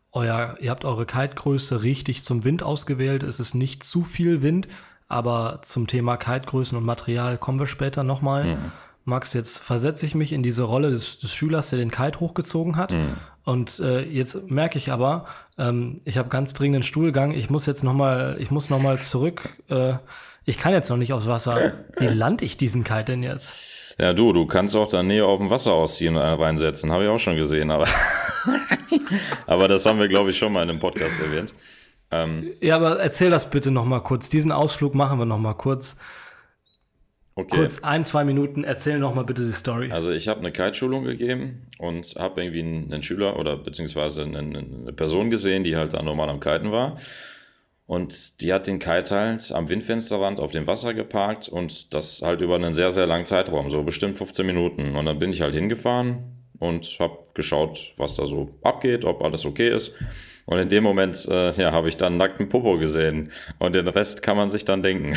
euer, ihr habt eure Kitegröße richtig zum Wind ausgewählt. Es ist nicht zu viel Wind, aber zum Thema Kitegrößen und Material kommen wir später nochmal. Mhm. Max, jetzt versetze ich mich in diese Rolle des, des Schülers, der den Kite hochgezogen hat. Mhm. Und äh, jetzt merke ich aber, ähm, ich habe ganz dringenden Stuhlgang. Ich muss jetzt nochmal, ich muss noch mal zurück. Äh, ich kann jetzt noch nicht aufs Wasser. Wie lande ich diesen Kite denn jetzt? Ja, du, du kannst auch da Nähe auf dem Wasser ausziehen und einen reinsetzen. Habe ich auch schon gesehen, aber, aber das haben wir, glaube ich, schon mal in einem Podcast erwähnt. Ähm, ja, aber erzähl das bitte noch mal kurz. Diesen Ausflug machen wir noch mal kurz. Okay. Kurz ein, zwei Minuten, erzähl noch mal bitte die Story. Also ich habe eine Kiteschulung gegeben und habe irgendwie einen, einen Schüler oder beziehungsweise eine, eine Person gesehen, die halt da normal am Kiten war. Und die hat den Kite halt am Windfensterrand auf dem Wasser geparkt und das halt über einen sehr, sehr langen Zeitraum, so bestimmt fünfzehn Minuten. Und dann bin ich halt hingefahren und habe geschaut, was da so abgeht, ob alles okay ist. Und in dem Moment äh, ja, habe ich dann nackten Popo gesehen und den Rest kann man sich dann denken.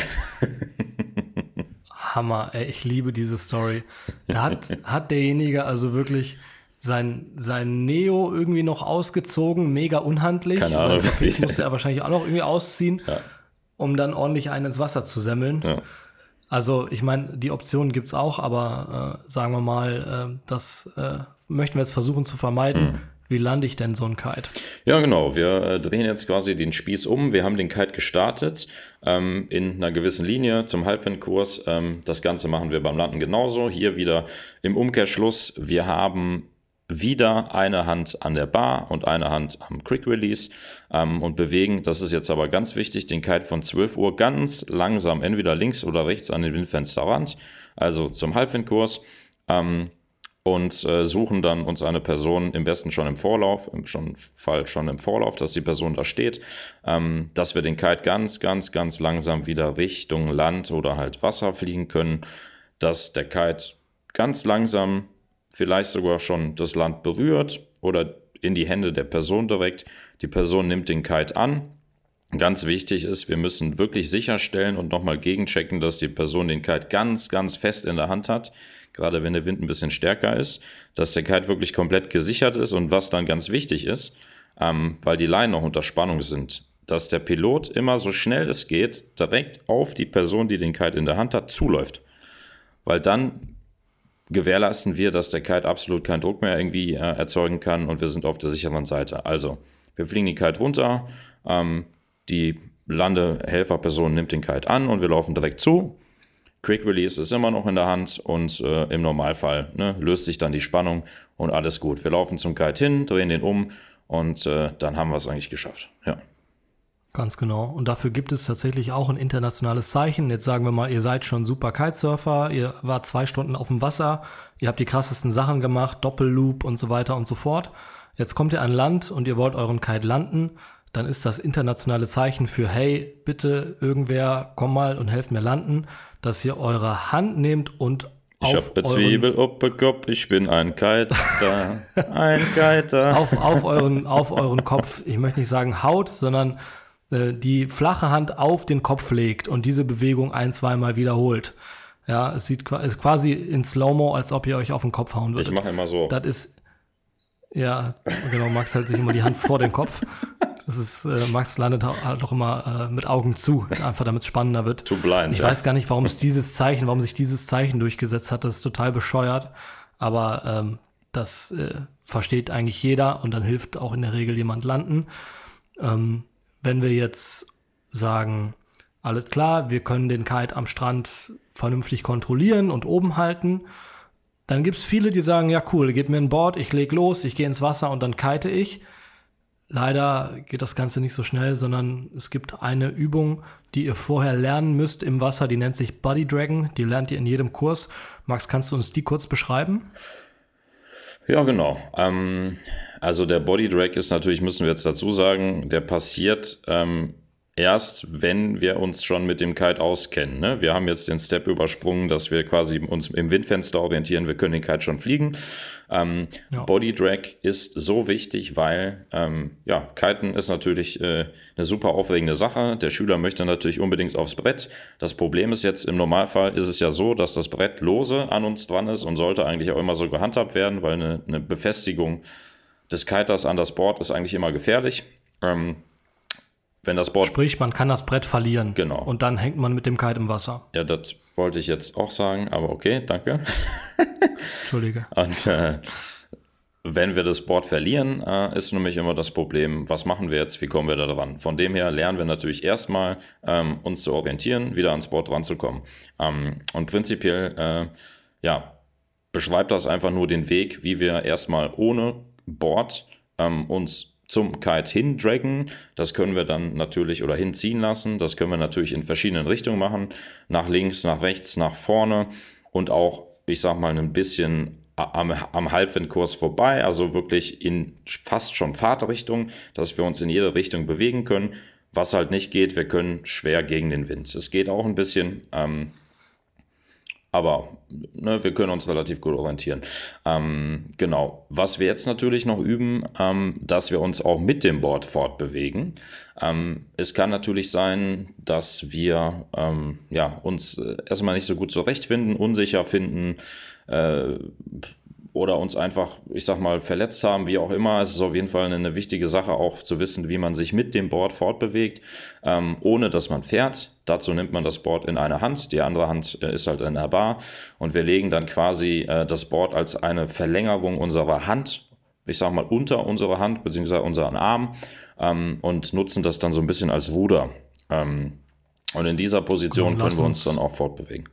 Hammer, ey, ich liebe diese Story. Da hat, hat derjenige also wirklich sein, sein Neo irgendwie noch ausgezogen, mega unhandlich. Keine Ahnung. Sein Trapez musste er wahrscheinlich auch noch irgendwie ausziehen, ja. um dann ordentlich einen ins Wasser zu semmeln. Ja. Also ich meine, die Option gibt's auch, aber äh, sagen wir mal, äh, das äh, möchten wir jetzt versuchen zu vermeiden. Mhm. Wie lande ich denn so einen Kite? Ja, genau. Wir äh, drehen jetzt quasi den Spieß um. Wir haben den Kite gestartet ähm, in einer gewissen Linie zum Halbwindkurs. Ähm, das Ganze machen wir beim Landen genauso. Hier wieder im Umkehrschluss. Wir haben wieder eine Hand an der Bar und eine Hand am Quick Release ähm, und bewegen, das ist jetzt aber ganz wichtig, den Kite von zwölf Uhr ganz langsam entweder links oder rechts an den Windfensterrand, also zum Halbwindkurs. Ähm, und äh, suchen dann uns eine Person, im besten schon im Vorlauf, im schon Fall schon im Vorlauf, dass die Person da steht, ähm, dass wir den Kite ganz, ganz, ganz langsam wieder Richtung Land oder halt Wasser fliegen können, dass der Kite ganz langsam vielleicht sogar schon das Land berührt oder in die Hände der Person direkt. Die Person nimmt den Kite an. Ganz wichtig ist, wir müssen wirklich sicherstellen und nochmal gegenchecken, dass die Person den Kite ganz, ganz fest in der Hand hat. Gerade wenn der Wind ein bisschen stärker ist, dass der Kite wirklich komplett gesichert ist und was dann ganz wichtig ist, ähm, weil die Leinen noch unter Spannung sind, dass der Pilot immer so schnell es geht direkt auf die Person, die den Kite in der Hand hat, zuläuft. Weil dann gewährleisten wir, dass der Kite absolut keinen Druck mehr irgendwie äh, erzeugen kann und wir sind auf der sicheren Seite. Also, wir fliegen den Kite runter, ähm, die Landehelferperson nimmt den Kite an und wir laufen direkt zu. Quick Release ist immer noch in der Hand und äh, im Normalfall ne, löst sich dann die Spannung und alles gut. Wir laufen zum Kite hin, drehen den um und äh, dann haben wir es eigentlich geschafft. Ja. Ganz genau. Und dafür gibt es tatsächlich auch ein internationales Zeichen. Jetzt sagen wir mal, ihr seid schon super Kitesurfer, ihr wart zwei Stunden auf dem Wasser, ihr habt die krassesten Sachen gemacht, Doppelloop und so weiter und so fort. Jetzt kommt ihr an Land und ihr wollt euren Kite landen. Dann ist das internationale Zeichen für, hey, bitte irgendwer, komm mal und helft mir landen, dass ihr eure Hand nehmt und ich hab eine Zwiebel auf den Kopf, ich bin ein Kiter, ein Kiter. auf, auf, euren, auf euren Kopf, ich möchte nicht sagen Haut, sondern äh, die flache Hand auf den Kopf legt und diese Bewegung ein-, zweimal wiederholt. Ja, es sieht ist quasi in Slow-Mo, als ob ihr euch auf den Kopf hauen würdet. Ich mache immer so. Das ist, ja, genau, Max hält sich immer die Hand vor den Kopf. Das ist, äh, Max landet halt auch immer äh, mit Augen zu, einfach damit es spannender wird. Too blind, ich ja. weiß gar nicht, warum es dieses Zeichen, warum sich dieses Zeichen durchgesetzt hat, das ist total bescheuert, aber ähm, das äh, versteht eigentlich jeder und dann hilft auch in der Regel jemand landen. Ähm, wenn wir jetzt sagen, alles klar, wir können den Kite am Strand vernünftig kontrollieren und oben halten, dann gibt es viele, die sagen, ja cool, gib mir ein Board, ich leg los, ich gehe ins Wasser und dann kite ich. Leider geht das Ganze nicht so schnell, sondern es gibt eine Übung, die ihr vorher lernen müsst im Wasser, die nennt sich Body Dragon, die lernt ihr in jedem Kurs. Max, kannst du uns die kurz beschreiben? Ja, genau. Ähm, also der Body Drag ist natürlich, müssen wir jetzt dazu sagen, der passiert ähm, erst, wenn wir uns schon mit dem Kite auskennen. Ne? Wir haben jetzt den Step übersprungen, dass wir quasi uns im Windfenster orientieren, wir können den Kite schon fliegen. Ähm, ja. Body Drag ist so wichtig, weil ähm, ja, Kiten ist natürlich äh, eine super aufregende Sache. Der Schüler möchte natürlich unbedingt aufs Brett. Das Problem ist jetzt, im Normalfall ist es ja so, dass das Brett lose an uns dran ist und sollte eigentlich auch immer so gehandhabt werden, weil eine, eine Befestigung des Kiters an das Board ist eigentlich immer gefährlich. Ähm, wenn das Board Sprich, man kann das Brett verlieren. Genau. Und dann hängt man mit dem Kite im Wasser. Ja, das wollte ich jetzt auch sagen, aber okay, danke. Entschuldige. Und äh, wenn wir das Board verlieren, äh, ist nämlich immer das Problem, was machen wir jetzt, wie kommen wir da dran? Von dem her lernen wir natürlich erstmal, ähm, uns zu orientieren, wieder ans Board ranzukommen. Ähm, und prinzipiell, äh, ja, beschreibt das einfach nur den Weg, wie wir erstmal ohne Board ähm, uns zum Kite hindraggen. Das können wir dann natürlich oder hinziehen lassen. Das können wir natürlich in verschiedenen Richtungen machen. Nach links, nach rechts, nach vorne und auch, ich sag mal, ein bisschen am, am Halbwindkurs vorbei. Also wirklich in fast schon Fahrtrichtung, dass wir uns in jede Richtung bewegen können. Was halt nicht geht, wir können schwer gegen den Wind. Es geht auch ein bisschen, ähm, aber ne, wir können uns relativ gut orientieren. Ähm, genau. Was wir jetzt natürlich noch üben, ähm, dass wir uns auch mit dem Board fortbewegen. Ähm, es kann natürlich sein, dass wir ähm, ja, uns äh, erstmal nicht so gut zurechtfinden, unsicher finden äh, oder uns einfach, ich sag mal, verletzt haben, wie auch immer. Es ist auf jeden Fall eine wichtige Sache, auch zu wissen, wie man sich mit dem Board fortbewegt, ähm, ohne dass man fährt. Dazu nimmt man das Board in eine Hand, die andere Hand äh, ist halt in der Bar und wir legen dann quasi äh, das Board als eine Verlängerung unserer Hand, ich sag mal unter unserer Hand bzw. unseren Arm ähm, und nutzen das dann so ein bisschen als Ruder. Ähm, und in dieser Position Genau, können wir uns uns, dann auch fortbewegen.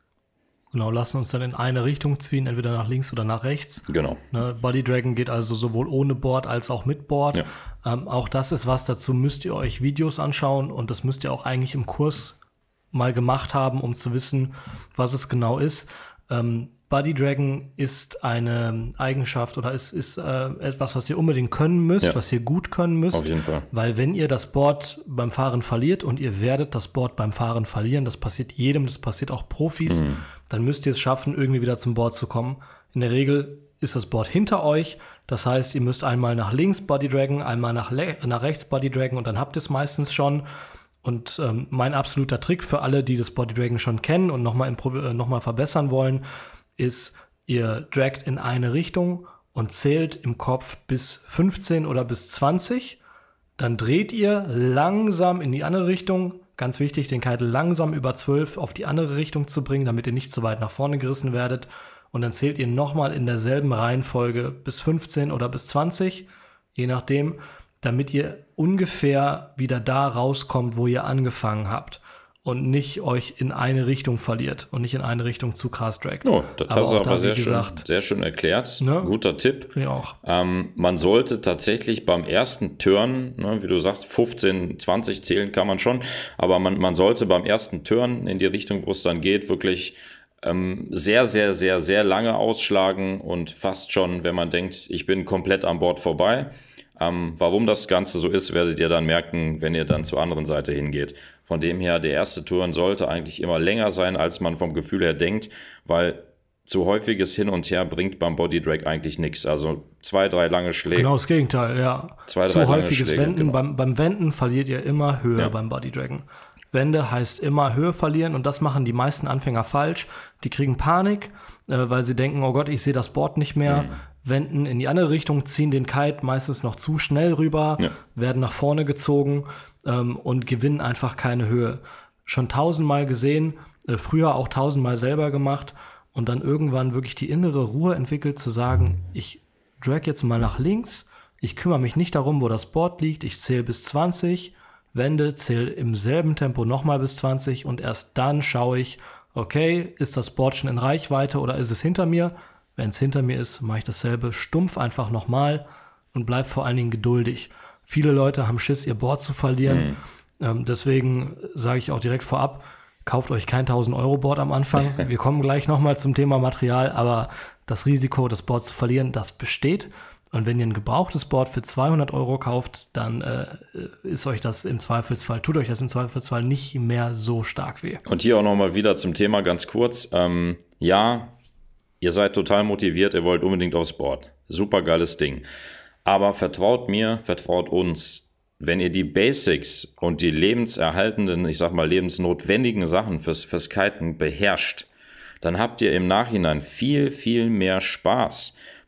Genau, lassen uns dann in eine Richtung ziehen, entweder nach links oder nach rechts. Genau. Ne, Body Dragon geht also sowohl ohne Board als auch mit Board. Ja. Ähm, auch das ist was, dazu müsst ihr euch Videos anschauen und das müsst ihr auch eigentlich im Kurs mal gemacht haben, um zu wissen, was es genau ist. Ähm, Body Dragon ist eine Eigenschaft oder ist, ist äh, etwas, was ihr unbedingt können müsst, Ja. was ihr gut können müsst. Auf jeden Fall. Weil wenn ihr das Board beim Fahren verliert und ihr werdet das Board beim Fahren verlieren, das passiert jedem, das passiert auch Profis, Mhm. dann müsst ihr es schaffen, irgendwie wieder zum Board zu kommen. In der Regel ist das Board hinter euch, das heißt, ihr müsst einmal nach links Body Dragon, einmal nach, le- nach rechts Body Dragon und dann habt ihr es meistens schon. Und ähm, mein absoluter Trick für alle, die das Body Dragon schon kennen und nochmal äh, noch mal verbessern wollen, ist, ihr dragt in eine Richtung und zählt im Kopf bis fünfzehn oder bis zwanzig. Dann dreht ihr langsam in die andere Richtung. Ganz wichtig, den Kite langsam über zwölf auf die andere Richtung zu bringen, damit ihr nicht zu weit nach vorne gerissen werdet. Und dann zählt ihr nochmal in derselben Reihenfolge bis fünfzehn oder bis zwanzig, je nachdem, damit ihr ungefähr wieder da rauskommt, wo ihr angefangen habt. Und nicht euch in eine Richtung verliert und nicht in eine Richtung zu krass dragt. Oh, das hast du auch aber da, sehr, wie schön, gesagt, sehr schön erklärt. Ne? Guter Tipp. Finde ich auch. Ähm, man sollte tatsächlich beim ersten Turn, ne, wie du sagst, fünfzehn, zwanzig zählen kann man schon, aber man, man sollte beim ersten Turn in die Richtung, wo es dann geht, wirklich ähm, sehr, sehr, sehr, sehr lange ausschlagen und fast schon, wenn man denkt, ich bin komplett an Bord vorbei. Ähm, warum das Ganze so ist, werdet ihr dann merken, wenn ihr dann zur anderen Seite hingeht. Von dem her, der erste Turn sollte eigentlich immer länger sein, als man vom Gefühl her denkt, weil zu häufiges Hin und Her bringt beim Body Drag eigentlich nichts. Also zwei, drei lange Schläge. Genau das Gegenteil, ja. Zwei, drei zu lange häufiges Schläge, Wenden. genau. Beim, beim Wenden verliert ihr immer Höhe Ja. beim Body Dragon. Wende heißt immer Höhe verlieren und das machen die meisten Anfänger falsch. Die kriegen Panik, äh, weil sie denken, oh Gott, ich sehe das Board nicht mehr. Mhm. Wenden in die andere Richtung, ziehen den Kite meistens noch zu schnell rüber, Ja. werden nach vorne gezogen ähm, und gewinnen einfach keine Höhe. Schon tausendmal gesehen, äh, früher auch tausendmal selber gemacht und dann irgendwann wirklich die innere Ruhe entwickelt zu sagen, ich drag jetzt mal nach links, ich kümmere mich nicht darum, wo das Board liegt, ich zähle bis zwanzig, wende, zähle im selben Tempo nochmal bis zwanzig und erst dann schaue ich, okay, ist das Board schon in Reichweite oder ist es hinter mir? Wenn es hinter mir ist, mache ich dasselbe stumpf einfach nochmal und bleib vor allen Dingen geduldig. Viele Leute haben Schiss, ihr Board zu verlieren. Mhm. Ähm, deswegen sage ich auch direkt vorab, kauft euch kein tausend-Euro-Board am Anfang. Wir kommen gleich nochmal zum Thema Material, aber das Risiko, das Board zu verlieren, das besteht. Und wenn ihr ein gebrauchtes Board für zweihundert Euro kauft, dann äh, ist euch das im Zweifelsfall, tut euch das im Zweifelsfall nicht mehr so stark weh. Und hier auch nochmal wieder zum Thema ganz kurz. Ähm, ja, ihr seid total motiviert, ihr wollt unbedingt aufs Board. Super geiles Ding. Aber vertraut mir, vertraut uns. Wenn ihr die Basics und die lebenserhaltenden, ich sag mal lebensnotwendigen Sachen fürs, fürs Kiten beherrscht, dann habt ihr im Nachhinein viel, viel mehr Spaß.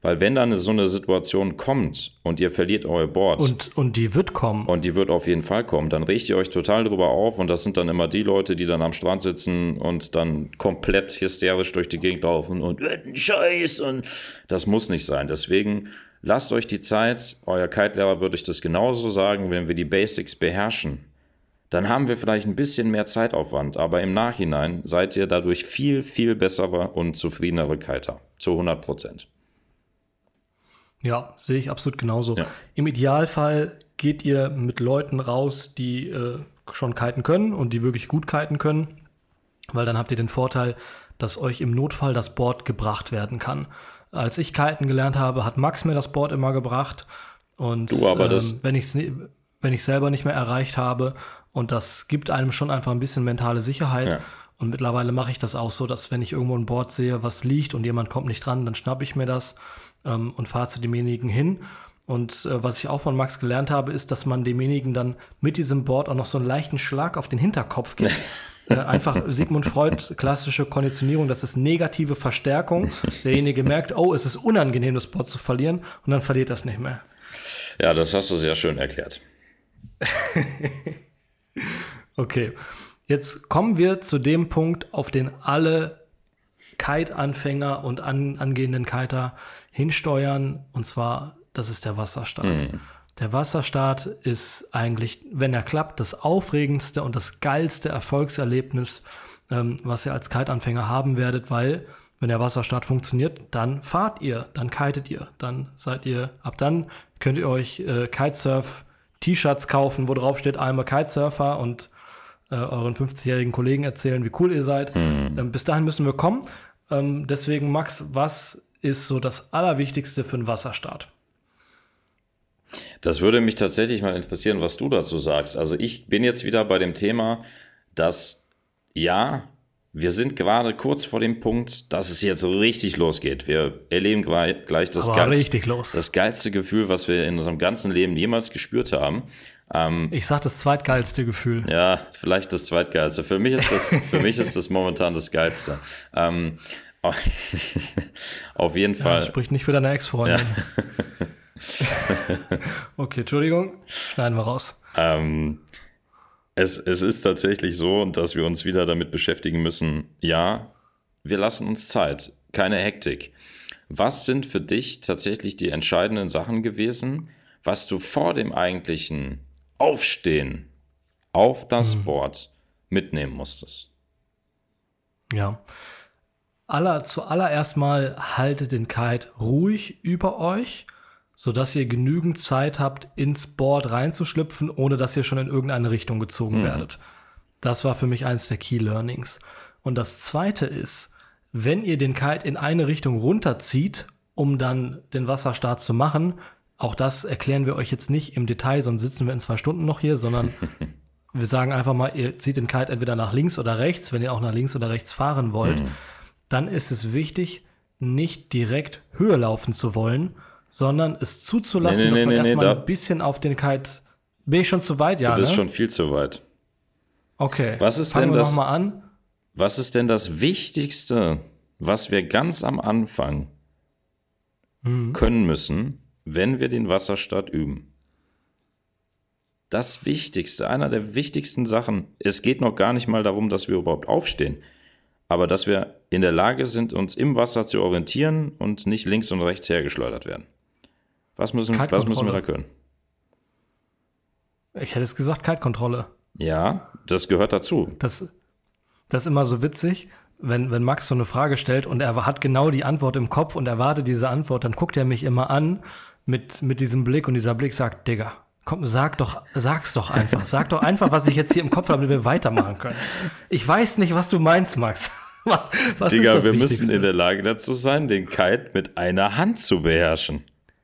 Weil wenn dann so eine Situation kommt und ihr verliert euer Board. Und, und die wird kommen. Und die wird auf jeden Fall kommen. Dann regt ihr euch total drüber auf und das sind dann immer die Leute, die dann am Strand sitzen und dann komplett hysterisch durch die Gegend laufen und Scheiß und das muss nicht sein. Deswegen lasst euch die Zeit. Euer Kite-Lehrer würde ich das genauso sagen, wenn wir die Basics beherrschen. Dann haben wir vielleicht ein bisschen mehr Zeitaufwand, aber im Nachhinein seid ihr dadurch viel, viel besserer und zufriedenere Kiter. Zu hundert Prozent. Ja, sehe ich absolut genauso. Ja. Im Idealfall geht ihr mit Leuten raus, die äh, schon kiten können und die wirklich gut kiten können, weil dann habt ihr den Vorteil, dass euch im Notfall das Board gebracht werden kann. Als ich kiten gelernt habe, hat Max mir das Board immer gebracht und du, aber ähm, das wenn ich es wenn ich selber nicht mehr erreicht habe und das gibt einem schon einfach ein bisschen mentale Sicherheit. Ja. Und mittlerweile mache ich das auch so, dass wenn ich irgendwo ein Board sehe, was liegt und jemand kommt nicht dran, dann schnappe ich mir das ähm, und fahre zu demjenigen hin. Und äh, was ich auch von Max gelernt habe, ist, dass man demjenigen dann mit diesem Board auch noch so einen leichten Schlag auf den Hinterkopf gibt. äh, einfach Sigmund Freud, klassische Konditionierung, das ist negative Verstärkung. Derjenige merkt, oh, es ist unangenehm, das Board zu verlieren und dann verliert das nicht mehr. Ja, das hast du sehr schön erklärt. Okay, jetzt kommen wir zu dem Punkt, auf den alle Kite-Anfänger und an, angehenden Kiter hinsteuern, und zwar, das ist der Wasserstart. Mhm. Der Wasserstart ist eigentlich, wenn er klappt, das aufregendste und das geilste Erfolgserlebnis, ähm, was ihr als Kite-Anfänger haben werdet, weil, wenn der Wasserstart funktioniert, dann fahrt ihr, dann kitet ihr, dann seid ihr, ab dann könnt ihr euch äh, Kitesurf-T-Shirts kaufen, wo drauf steht, I'm a Kitesurfer und äh, euren fünfzigjährigen Kollegen erzählen, wie cool ihr seid. Mhm. Ähm, bis dahin müssen wir kommen. Ähm, deswegen, Max, was ist so das Allerwichtigste für einen Wasserstart? Das würde mich tatsächlich mal interessieren, was du dazu sagst. Also ich bin jetzt wieder bei dem Thema, dass ja, wir sind gerade kurz vor dem Punkt, dass es jetzt richtig losgeht. Wir erleben gleich das, geilste, das geilste Gefühl, was wir in unserem ganzen Leben jemals gespürt haben. Ähm, ich sag das zweitgeilste Gefühl. Ja, vielleicht das zweitgeilste. Für mich ist das, für mich ist das momentan das Geilste. Ähm, auf jeden Fall. Ja, das spricht nicht für deine Ex-Freundin. Ja. Okay, Entschuldigung, schneiden wir raus. Ähm, es, es ist tatsächlich so, dass wir uns wieder damit beschäftigen müssen, ja, wir lassen uns Zeit, keine Hektik. Was sind für dich tatsächlich die entscheidenden Sachen gewesen, was du vor dem eigentlichen Aufstehen auf das hm. Board mitnehmen musstest? Ja, Aller, zuallererst mal haltet den Kite ruhig über euch, sodass ihr genügend Zeit habt, ins Board reinzuschlüpfen, ohne dass ihr schon in irgendeine Richtung gezogen mhm. werdet. Das war für mich eines der Key Learnings. Und das Zweite ist, wenn ihr den Kite in eine Richtung runterzieht, um dann den Wasserstart zu machen, auch das erklären wir euch jetzt nicht im Detail, sonst sitzen wir in zwei Stunden noch hier, sondern wir sagen einfach mal, ihr zieht den Kite entweder nach links oder rechts, wenn ihr auch nach links oder rechts fahren wollt, mhm. dann ist es wichtig, nicht direkt Höhe laufen zu wollen, sondern es zuzulassen, nee, nee, dass man nee, erstmal nee, ein bisschen auf den Kite... Bin ich schon zu weit? Ja, du bist ne? schon viel zu weit. Okay, was ist fangen denn wir das, nochmal an. Was ist denn das Wichtigste, was wir ganz am Anfang mhm. können müssen, wenn wir den Wasserstart üben? Das Wichtigste, einer der wichtigsten Sachen, es geht noch gar nicht mal darum, dass wir überhaupt aufstehen, aber dass wir in der Lage sind, uns im Wasser zu orientieren und nicht links und rechts hergeschleudert werden. Was müssen, was müssen wir da können? Ich hätte es gesagt, Kite-Kontrolle. Ja, das gehört dazu. Das, das ist immer so witzig, wenn, wenn Max so eine Frage stellt und er hat genau die Antwort im Kopf und erwartet diese Antwort, dann guckt er mich immer an mit, mit diesem Blick und dieser Blick sagt, Digga, komm, sag doch, sag's doch einfach. Sag doch einfach, was ich jetzt hier im Kopf habe, damit wir weitermachen können. Ich weiß nicht, was du meinst, Max. Was, was Digga, ist das wir Wichtigste? Müssen in der Lage dazu sein, den Kite mit einer Hand zu beherrschen.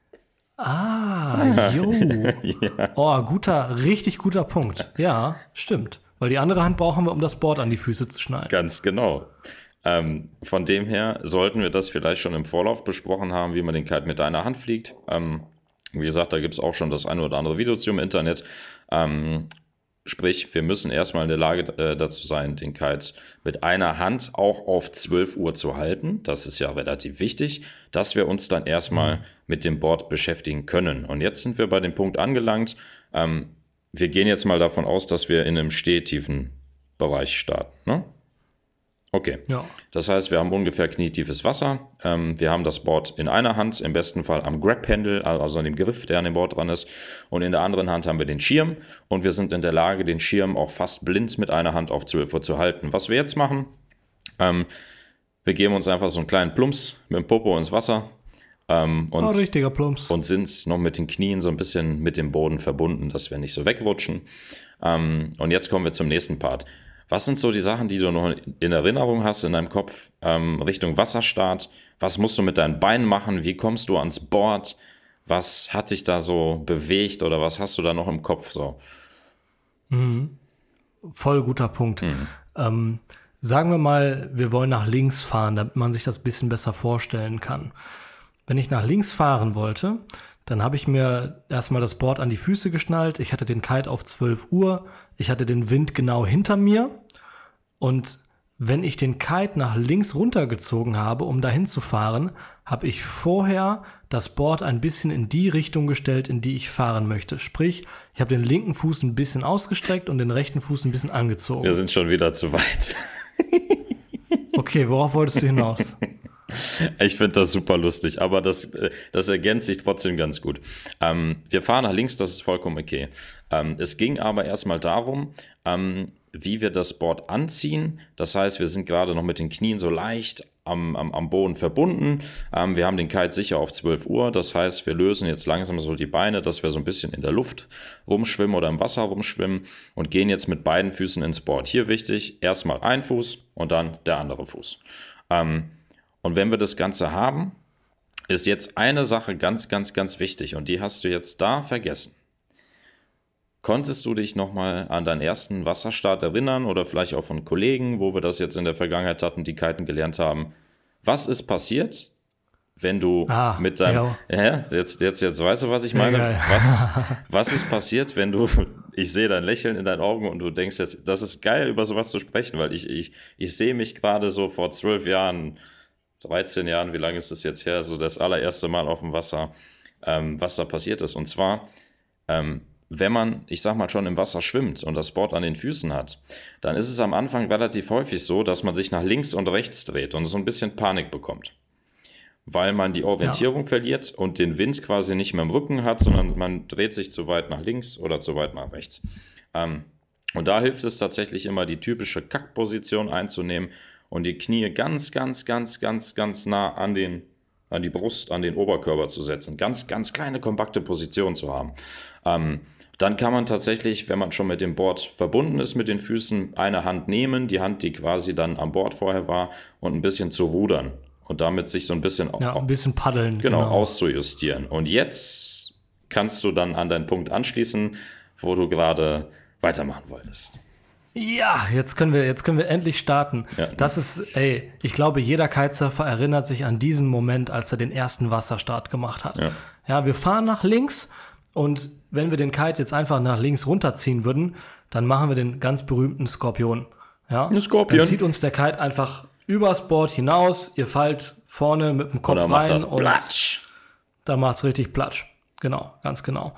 Ah, jo. Ja. Oh, guter, richtig guter Punkt. Ja, stimmt. Weil die andere Hand brauchen wir, um das Board an die Füße zu schnallen. Ganz genau. Ähm, von dem her sollten wir das vielleicht schon im Vorlauf besprochen haben, wie man den Kite mit einer Hand fliegt. Ähm, wie gesagt, da gibt es auch schon das eine oder andere Video zu im Internet. Ähm, Sprich, wir müssen erstmal in der Lage äh, dazu sein, den Kite mit einer Hand auch auf zwölf Uhr zu halten. Das ist ja relativ wichtig, dass wir uns dann erstmal mhm. mit dem Board beschäftigen können. Und jetzt sind wir bei dem Punkt angelangt. Ähm, wir gehen jetzt mal davon aus, dass wir in einem stehtiefen Bereich starten, ne? Okay, ja. Das heißt, wir haben ungefähr knietiefes Wasser. Ähm, wir haben das Board in einer Hand, im besten Fall am Grab-Handle, also an dem Griff, der an dem Board dran ist. Und in der anderen Hand haben wir den Schirm. Und wir sind in der Lage, den Schirm auch fast blind mit einer Hand auf zwölf Uhr zu halten. Was wir jetzt machen, ähm, wir geben uns einfach so einen kleinen Plumps mit dem Popo ins Wasser. Ähm, und, oh, richtiger Plumps. Und sind noch mit den Knien so ein bisschen mit dem Boden verbunden, dass wir nicht so wegrutschen. Ähm, und jetzt kommen wir zum nächsten Part. Was sind so die Sachen, die du noch in Erinnerung hast in deinem Kopf ähm, Richtung Wasserstart? Was musst du mit deinen Beinen machen? Wie kommst du ans Board? Was hat dich da so bewegt oder was hast du da noch im Kopf so? Mhm. Voll guter Punkt. Mhm. Ähm, sagen wir mal, wir wollen nach links fahren, damit man sich das ein bisschen besser vorstellen kann. Wenn ich nach links fahren wollte, dann habe ich mir erstmal das Board an die Füße geschnallt. Ich hatte den Kite auf zwölf Uhr. Ich hatte den Wind genau hinter mir. Und wenn ich den Kite nach links runtergezogen habe, um dahin zu fahren, habe ich vorher das Board ein bisschen in die Richtung gestellt, in die ich fahren möchte. Sprich, ich habe den linken Fuß ein bisschen ausgestreckt und den rechten Fuß ein bisschen angezogen. Wir sind schon wieder zu weit. Okay, worauf wolltest du hinaus? Ich finde das super lustig, aber das, das ergänzt sich trotzdem ganz gut. Ähm, wir fahren nach links, das ist vollkommen okay. Ähm, es ging aber erstmal darum, ähm, wie wir das Board anziehen. Das heißt, wir sind gerade noch mit den Knien so leicht am, am, am Boden verbunden. Ähm, wir haben den Kite sicher auf zwölf Uhr. Das heißt, wir lösen jetzt langsam so die Beine, dass wir so ein bisschen in der Luft rumschwimmen oder im Wasser rumschwimmen und gehen jetzt mit beiden Füßen ins Board. Hier wichtig, erstmal ein Fuß und dann der andere Fuß. Ähm, Und wenn wir das Ganze haben, ist jetzt eine Sache ganz, ganz, ganz wichtig und die hast du jetzt da vergessen. Konntest du dich nochmal an deinen ersten Wasserstart erinnern oder vielleicht auch von Kollegen, wo wir das jetzt in der Vergangenheit hatten, die Kiten gelernt haben? Was ist passiert, wenn du ah, mit deinem... Ja, jetzt, jetzt, jetzt weißt du, was ich Sehr meine. Was, was ist passiert, wenn du... Ich sehe dein Lächeln in deinen Augen und du denkst jetzt, das ist geil, über sowas zu sprechen, weil ich, ich, ich sehe mich gerade so vor zwölf Jahren... dreizehn Jahren, wie lange ist es jetzt her, so das allererste Mal auf dem Wasser, ähm, was da passiert ist. Und zwar, ähm, wenn man, ich sag mal, schon im Wasser schwimmt und das Board an den Füßen hat, dann ist es am Anfang relativ häufig so, dass man sich nach links und rechts dreht und so ein bisschen Panik bekommt. Weil man die Orientierung ja. verliert und den Wind quasi nicht mehr im Rücken hat, sondern man dreht sich zu weit nach links oder zu weit nach rechts. Ähm, und da hilft es tatsächlich immer, die typische Kackposition einzunehmen und die Knie ganz, ganz, ganz, ganz, ganz nah an, den, an die Brust, an den Oberkörper zu setzen. Ganz, ganz kleine, kompakte Position zu haben. Ähm, dann kann man tatsächlich, wenn man schon mit dem Board verbunden ist, mit den Füßen, eine Hand nehmen, die Hand, die quasi dann am Board vorher war, und ein bisschen zu rudern. Und damit sich so ein bisschen, ja, ein bisschen paddeln. Genau, genau, auszujustieren. Und jetzt kannst du dann an deinen Punkt anschließen, wo du gerade weitermachen wolltest. Ja, jetzt können wir, jetzt können wir endlich starten. Ja. Das ist, ey, ich glaube, jeder Kitesurfer erinnert sich an diesen Moment, als er den ersten Wasserstart gemacht hat. Ja, ja, wir fahren nach links und wenn wir den Kite jetzt einfach nach links runterziehen würden, dann machen wir den ganz berühmten Skorpion. Ja, ein Skorpion. Dann zieht uns der Kite einfach übers Board hinaus, ihr fallt vorne mit dem Kopf Oder rein macht das und Platsch. Da macht es richtig Platsch. Genau, ganz genau.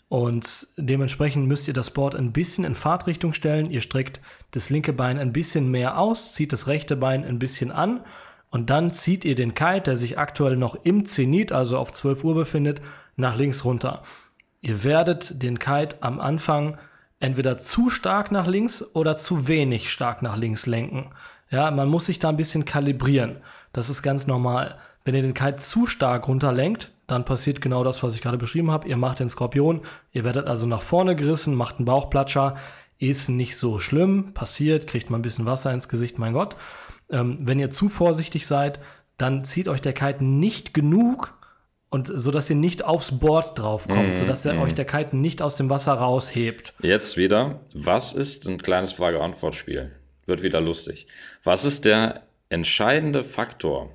Und dementsprechend müsst ihr das Board ein bisschen in Fahrtrichtung stellen. Ihr streckt das linke Bein ein bisschen mehr aus, zieht das rechte Bein ein bisschen an und dann zieht ihr den Kite, der sich aktuell noch im Zenit, also auf zwölf Uhr befindet, nach links runter. Ihr werdet den Kite am Anfang entweder zu stark nach links oder zu wenig stark nach links lenken. Ja, man muss sich da ein bisschen kalibrieren. Das ist ganz normal. Wenn ihr den Kite zu stark runterlenkt, dann passiert genau das, was ich gerade beschrieben habe. Ihr macht den Skorpion, ihr werdet also nach vorne gerissen, macht einen Bauchplatscher. Ist nicht so schlimm, passiert, kriegt mal ein bisschen Wasser ins Gesicht, mein Gott. Ähm, wenn ihr zu vorsichtig seid, dann zieht euch der Kite nicht genug, und so dass ihr nicht aufs Board draufkommt, mm, sodass der, mm. euch der Kite nicht aus dem Wasser raushebt. Jetzt wieder, was ist ein kleines Frage-Antwort-Spiel? Wird wieder lustig. Was ist der entscheidende Faktor,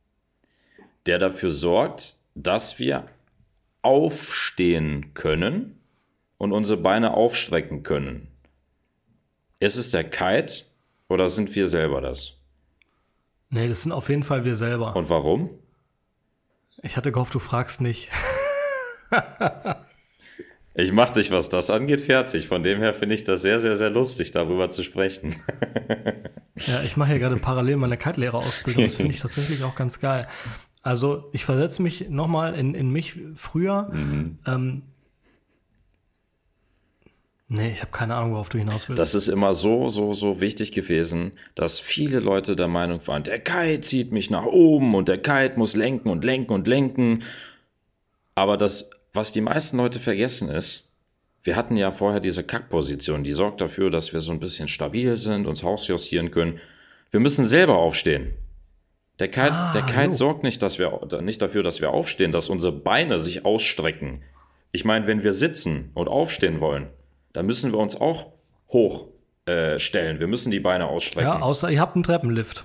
der dafür sorgt, dass wir aufstehen können und unsere Beine aufstrecken können? Ist es der Kite oder sind wir selber das? Nee, das sind auf jeden Fall wir selber. Und warum? Ich hatte gehofft, du fragst nicht. Ich mach dich, was das angeht, fertig. Von dem her finde ich das sehr, sehr, sehr lustig, darüber zu sprechen. Ja, ich mache hier gerade parallel meine Kite-Lehrerausbildung. Das finde ich tatsächlich auch ganz geil. Also ich versetze mich nochmal in, in mich früher. Mhm. Ähm, nee, ich habe keine Ahnung, worauf du hinaus willst. Das ist immer so, so, so wichtig gewesen, dass viele Leute der Meinung waren, der Kite zieht mich nach oben und der Kite muss lenken und lenken und lenken. Aber das, was die meisten Leute vergessen ist, wir hatten ja vorher diese Kackposition, die sorgt dafür, dass wir so ein bisschen stabil sind, uns hausjustieren können. Wir müssen selber aufstehen. Der Kite, Ah, der Kite jo. sorgt nicht, dass wir, nicht dafür, dass wir aufstehen, dass unsere Beine sich ausstrecken. Ich meine, wenn wir sitzen und aufstehen wollen, dann müssen wir uns auch hoch äh, stellen. Wir müssen die Beine ausstrecken. Ja, außer ihr habt einen Treppenlift.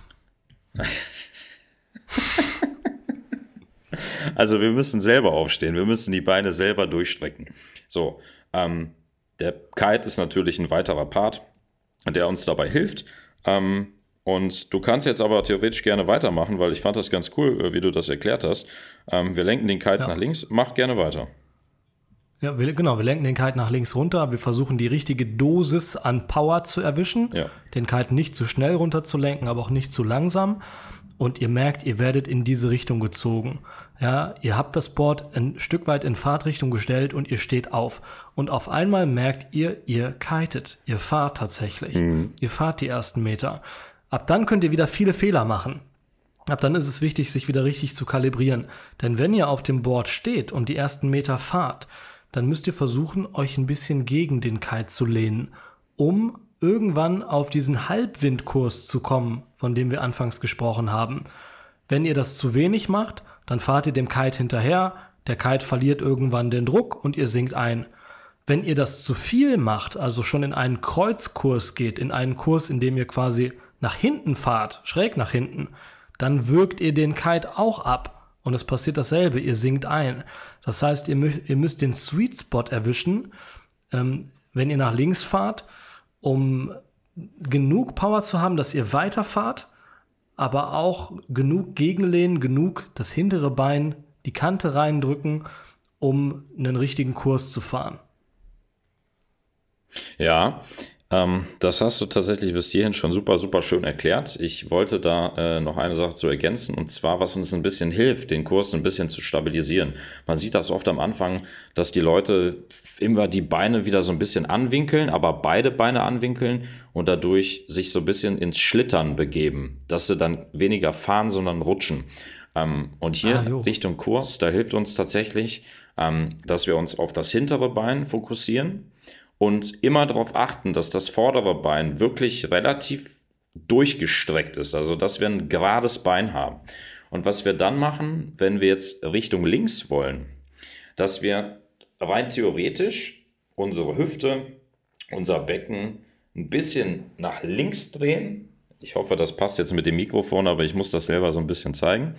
Also wir müssen selber aufstehen, wir müssen die Beine selber durchstrecken. So, ähm, der Kite ist natürlich ein weiterer Part, der uns dabei hilft. Ähm, und du kannst jetzt aber theoretisch gerne weitermachen, weil ich fand das ganz cool, wie du das erklärt hast. Ähm, wir lenken den Kite Ja. nach links, mach gerne weiter. Ja, wir, genau, wir lenken den Kite nach links runter. Wir versuchen die richtige Dosis an Power zu erwischen. Ja. Den Kite nicht zu schnell runter zu lenken, aber auch nicht zu langsam. Und ihr merkt, ihr werdet in diese Richtung gezogen. Ja, ihr habt das Board ein Stück weit in Fahrtrichtung gestellt und ihr steht auf. Und auf einmal merkt ihr, ihr kitet. Ihr fahrt tatsächlich. Mhm. Ihr fahrt die ersten Meter. Ab dann könnt ihr wieder viele Fehler machen. Ab dann ist es wichtig, sich wieder richtig zu kalibrieren. Denn wenn ihr auf dem Board steht und die ersten Meter fahrt, dann müsst ihr versuchen, euch ein bisschen gegen den Kite zu lehnen, um irgendwann auf diesen Halbwindkurs zu kommen, von dem wir anfangs gesprochen haben. Wenn ihr das zu wenig macht, dann fahrt ihr dem Kite hinterher, der Kite verliert irgendwann den Druck und ihr sinkt ein. Wenn ihr das zu viel macht, also schon in einen Kreuzkurs geht, in einen Kurs, in dem ihr quasi nach hinten fahrt, schräg nach hinten, dann würgt ihr den Kite auch ab. Und es passiert dasselbe, ihr sinkt ein. Das heißt, ihr, mü- ihr müsst den Sweet Spot erwischen, ähm, wenn ihr nach links fahrt, um genug Power zu haben, dass ihr weiterfahrt, aber auch genug Gegenlehnen, genug das hintere Bein, die Kante reindrücken, um einen richtigen Kurs zu fahren. Ja, ähm, das hast du tatsächlich bis hierhin schon super, super schön erklärt. Ich wollte da äh, noch eine Sache zu ergänzen, und zwar, was uns ein bisschen hilft, den Kurs ein bisschen zu stabilisieren. Man sieht das oft am Anfang, dass die Leute immer die Beine wieder so ein bisschen anwinkeln, aber beide Beine anwinkeln und dadurch sich so ein bisschen ins Schlittern begeben, dass sie dann weniger fahren, sondern rutschen. Ähm, und hier Ah, jo. Richtung Kurs, da hilft uns tatsächlich, ähm, dass wir uns auf das hintere Bein fokussieren und immer darauf achten, dass das vordere Bein wirklich relativ durchgestreckt ist, also dass wir ein gerades Bein haben. Und was wir dann machen, wenn wir jetzt Richtung links wollen, dass wir rein theoretisch unsere Hüfte, unser Becken ein bisschen nach links drehen. Ich hoffe, das passt jetzt mit dem Mikrofon, aber ich muss das selber so ein bisschen zeigen.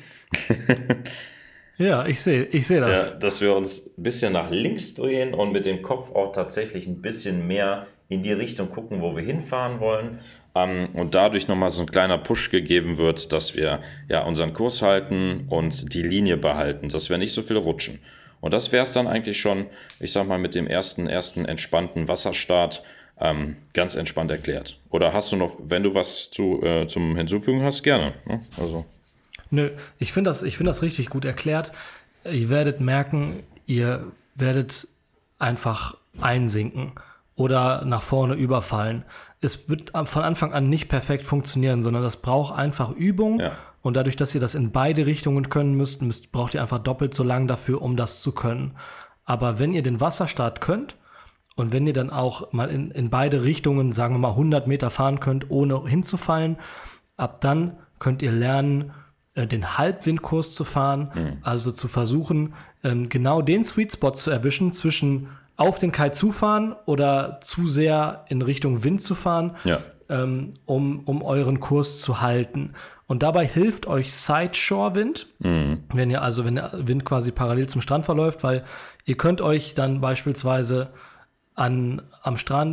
Ja, ich sehe ich sehe das. Ja, dass wir uns ein bisschen nach links drehen und mit dem Kopf auch tatsächlich ein bisschen mehr in die Richtung gucken, wo wir hinfahren wollen. Ähm, und dadurch nochmal so ein kleiner Push gegeben wird, dass wir ja unseren Kurs halten und die Linie behalten, dass wir nicht so viel rutschen. Und das wäre es dann eigentlich schon, ich sag mal, mit dem ersten, ersten entspannten Wasserstart ähm, ganz entspannt erklärt. Oder hast du noch, wenn du was zu, äh, zum Hinzufügen hast, gerne. Ne? Also. Nö, ich finde das, ich finde das richtig gut erklärt. Ihr werdet merken, ihr werdet einfach einsinken oder nach vorne überfallen. Es wird von Anfang an nicht perfekt funktionieren, sondern das braucht einfach Übung. Ja. Und dadurch, dass ihr das in beide Richtungen können müsst, müsst, braucht ihr einfach doppelt so lang dafür, um das zu können. Aber wenn ihr den Wasserstart könnt und wenn ihr dann auch mal in, in beide Richtungen, sagen wir mal, hundert Meter fahren könnt, ohne hinzufallen, ab dann könnt ihr lernen, den Halbwindkurs zu fahren, mhm. also zu versuchen, genau den Sweet Spot zu erwischen zwischen auf den Kite zufahren oder zu sehr in Richtung Wind zu fahren, Ja. um, um euren Kurs zu halten. Und dabei hilft euch Side-Shore-Wind, Mhm. wenn ihr also, wenn der Wind quasi parallel zum Strand verläuft, weil ihr könnt euch dann beispielsweise an, am Strand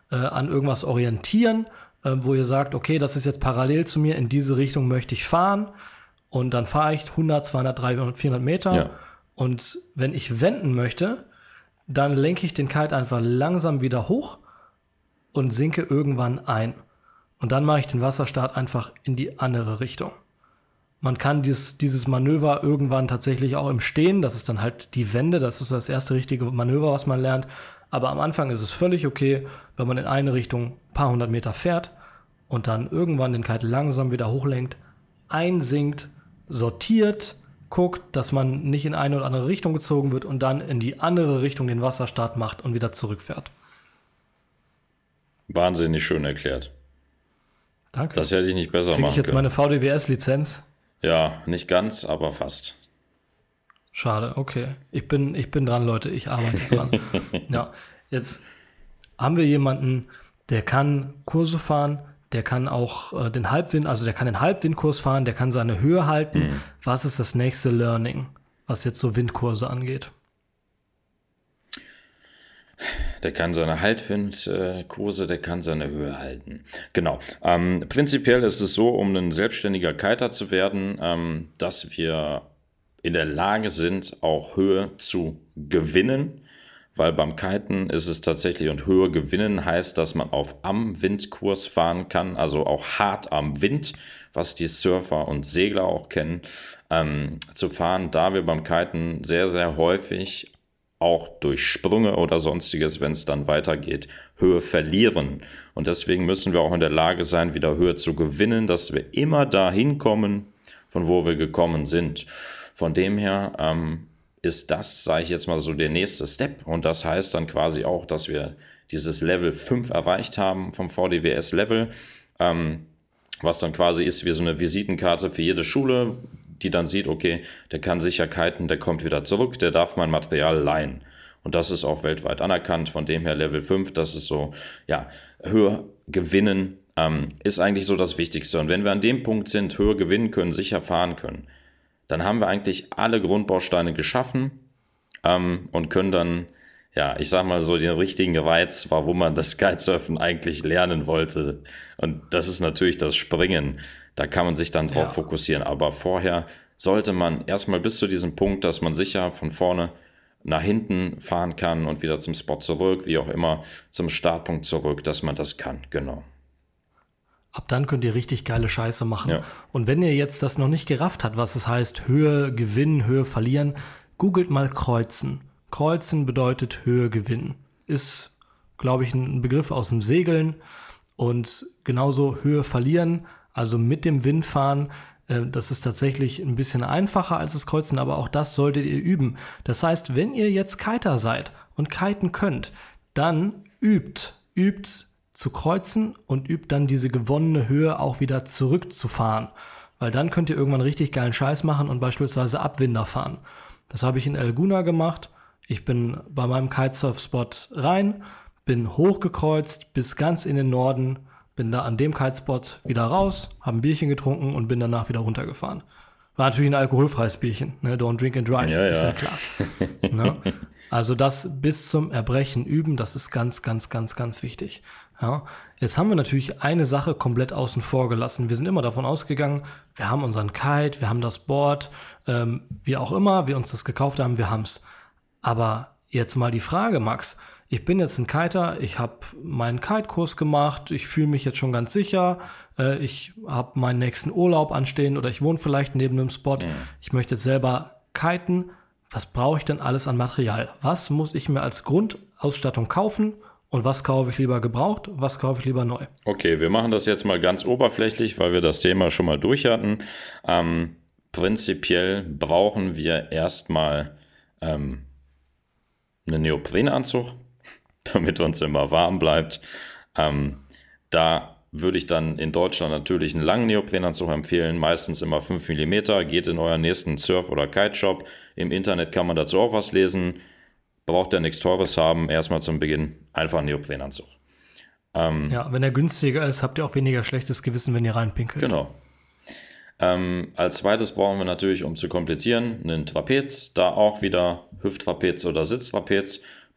äh, an irgendwas orientieren, äh, wo ihr sagt, okay, das ist jetzt parallel zu mir, in diese Richtung möchte ich fahren und dann fahre ich hundert, zweihundert, dreihundert, vierhundert Meter Ja. und wenn ich wenden möchte, dann lenke ich den Kite einfach langsam wieder hoch und sinke irgendwann ein. Und dann mache ich den Wasserstart einfach in die andere Richtung. Man kann dieses, dieses Manöver irgendwann tatsächlich auch im Stehen, das ist dann halt die Wende, das ist das erste richtige Manöver, was man lernt. Aber am Anfang ist es völlig okay, wenn man in eine Richtung ein paar hundert Meter fährt und dann irgendwann den Kite langsam wieder hochlenkt, einsinkt, sortiert, guckt, dass man nicht in eine oder andere Richtung gezogen wird und dann in die andere Richtung den Wasserstart macht und wieder zurückfährt. Wahnsinnig schön erklärt. Danke. Das hätte ich nicht besser Kriege machen ich jetzt können. meine V D W S-Lizenz? Ja, nicht ganz, aber fast. Schade, okay. Ich bin, ich bin dran, Leute. Ich arbeite dran. Ja, jetzt haben wir jemanden, der kann Kurse fahren, der kann auch äh, den Halbwind, also der kann den Halbwindkurs fahren, der kann seine Höhe halten. Mhm. Was ist das nächste Learning, was jetzt so Windkurse angeht? Der kann seine Halbwindkurse, der kann seine Höhe halten. Genau. Ähm, prinzipiell ist es so, um ein selbstständiger Kiter zu werden, ähm, dass wir in der Lage sind, auch Höhe zu gewinnen. Weil beim Kiten ist es tatsächlich, und Höhe gewinnen heißt, dass man auf am Windkurs fahren kann, also auch hart am Wind, was die Surfer und Segler auch kennen, ähm, zu fahren, da wir beim Kiten sehr, sehr häufig auch durch Sprünge oder sonstiges, wenn es dann weitergeht, Höhe verlieren. Und deswegen müssen wir auch in der Lage sein, wieder Höhe zu gewinnen, dass wir immer dahin kommen, von wo wir gekommen sind. Von dem her ähm, ist das, sage ich jetzt mal so, der nächste Step. Und das heißt dann quasi auch, dass wir dieses Level fünf erreicht haben vom V D W S-Level, ähm, was dann quasi ist wie so eine Visitenkarte für jede Schule, die dann sieht, okay, der kann sicher kiten, der kommt wieder zurück, der darf mein Material leihen. Und das ist auch weltweit anerkannt, von dem her Level fünf, das ist so, ja, Höhe gewinnen ähm, ist eigentlich so das Wichtigste. Und wenn wir an dem Punkt sind, Höhe gewinnen können, sicher fahren können, dann haben wir eigentlich alle Grundbausteine geschaffen ähm, und können dann, ja, ich sag mal so, den richtigen Reiz, warum man das Kitesurfen eigentlich lernen wollte. Und das ist natürlich das Springen. Da kann man sich dann drauf ja. fokussieren. Aber vorher sollte man erstmal bis zu diesem Punkt, dass man sicher von vorne nach hinten fahren kann und wieder zum Spot zurück, wie auch immer, zum Startpunkt zurück, dass man das kann. Genau. Ab dann könnt ihr richtig geile Scheiße machen. Ja. Und wenn ihr jetzt das noch nicht gerafft habt, was es heißt, Höhe gewinnen, Höhe verlieren, googelt mal Kreuzen. Kreuzen bedeutet Höhe gewinnen. Ist, glaube ich, ein Begriff aus dem Segeln. Und genauso Höhe verlieren, also mit dem Wind fahren, äh, das ist tatsächlich ein bisschen einfacher als das Kreuzen, aber auch das solltet ihr üben. Das heißt, wenn ihr jetzt Kiter seid und kiten könnt, dann übt, übt zu kreuzen und übt dann diese gewonnene Höhe auch wieder zurückzufahren. Weil dann könnt ihr irgendwann richtig geilen Scheiß machen und beispielsweise Abwinder fahren. Das habe ich in Alguna gemacht. Ich bin bei meinem Kitesurf-Spot rein, bin hochgekreuzt bis ganz in den Norden, bin da an dem Kitespot wieder raus, habe ein Bierchen getrunken und bin danach wieder runtergefahren. War natürlich ein alkoholfreies Bierchen, ne? Don't drink and drive, ja, ist ja. ja klar. Ne? Also das bis zum Erbrechen üben, das ist ganz, ganz, ganz, ganz wichtig. Ja? Jetzt haben wir natürlich eine Sache komplett außen vor gelassen. Wir sind immer davon ausgegangen, wir haben unseren Kite, wir haben das Board, ähm, wie auch immer wir uns das gekauft haben, wir haben es. Aber jetzt mal die Frage, Max, ich bin jetzt ein Kiter, ich habe meinen Kite-Kurs gemacht, ich fühle mich jetzt schon ganz sicher, äh, ich habe meinen nächsten Urlaub anstehen oder ich wohne vielleicht neben einem Spot, mhm. ich möchte jetzt selber kiten. Was brauche ich denn alles an Material? Was muss ich mir als Grundausstattung kaufen und was kaufe ich lieber gebraucht, was kaufe ich lieber neu? Okay, wir machen das jetzt mal ganz oberflächlich, weil wir das Thema schon mal durch hatten. Ähm, prinzipiell brauchen wir erstmal ähm, einen Neoprenanzug, damit uns immer warm bleibt. Ähm, da würde ich dann in Deutschland natürlich einen langen Neoprenanzug empfehlen, meistens immer fünf Millimeter. Geht in euren nächsten Surf- oder Kite-Shop. Im Internet kann man dazu auch was lesen. Braucht ihr nichts Teures haben, erstmal zum Beginn einfach einen Neoprenanzug. Ähm, ja, wenn er günstiger ist, habt ihr auch weniger schlechtes Gewissen, wenn ihr reinpinkelt. Genau. Ähm, als zweites brauchen wir natürlich, um zu komplizieren, einen Trapez. Da auch wieder Hüfttrapez oder Sitztrapez.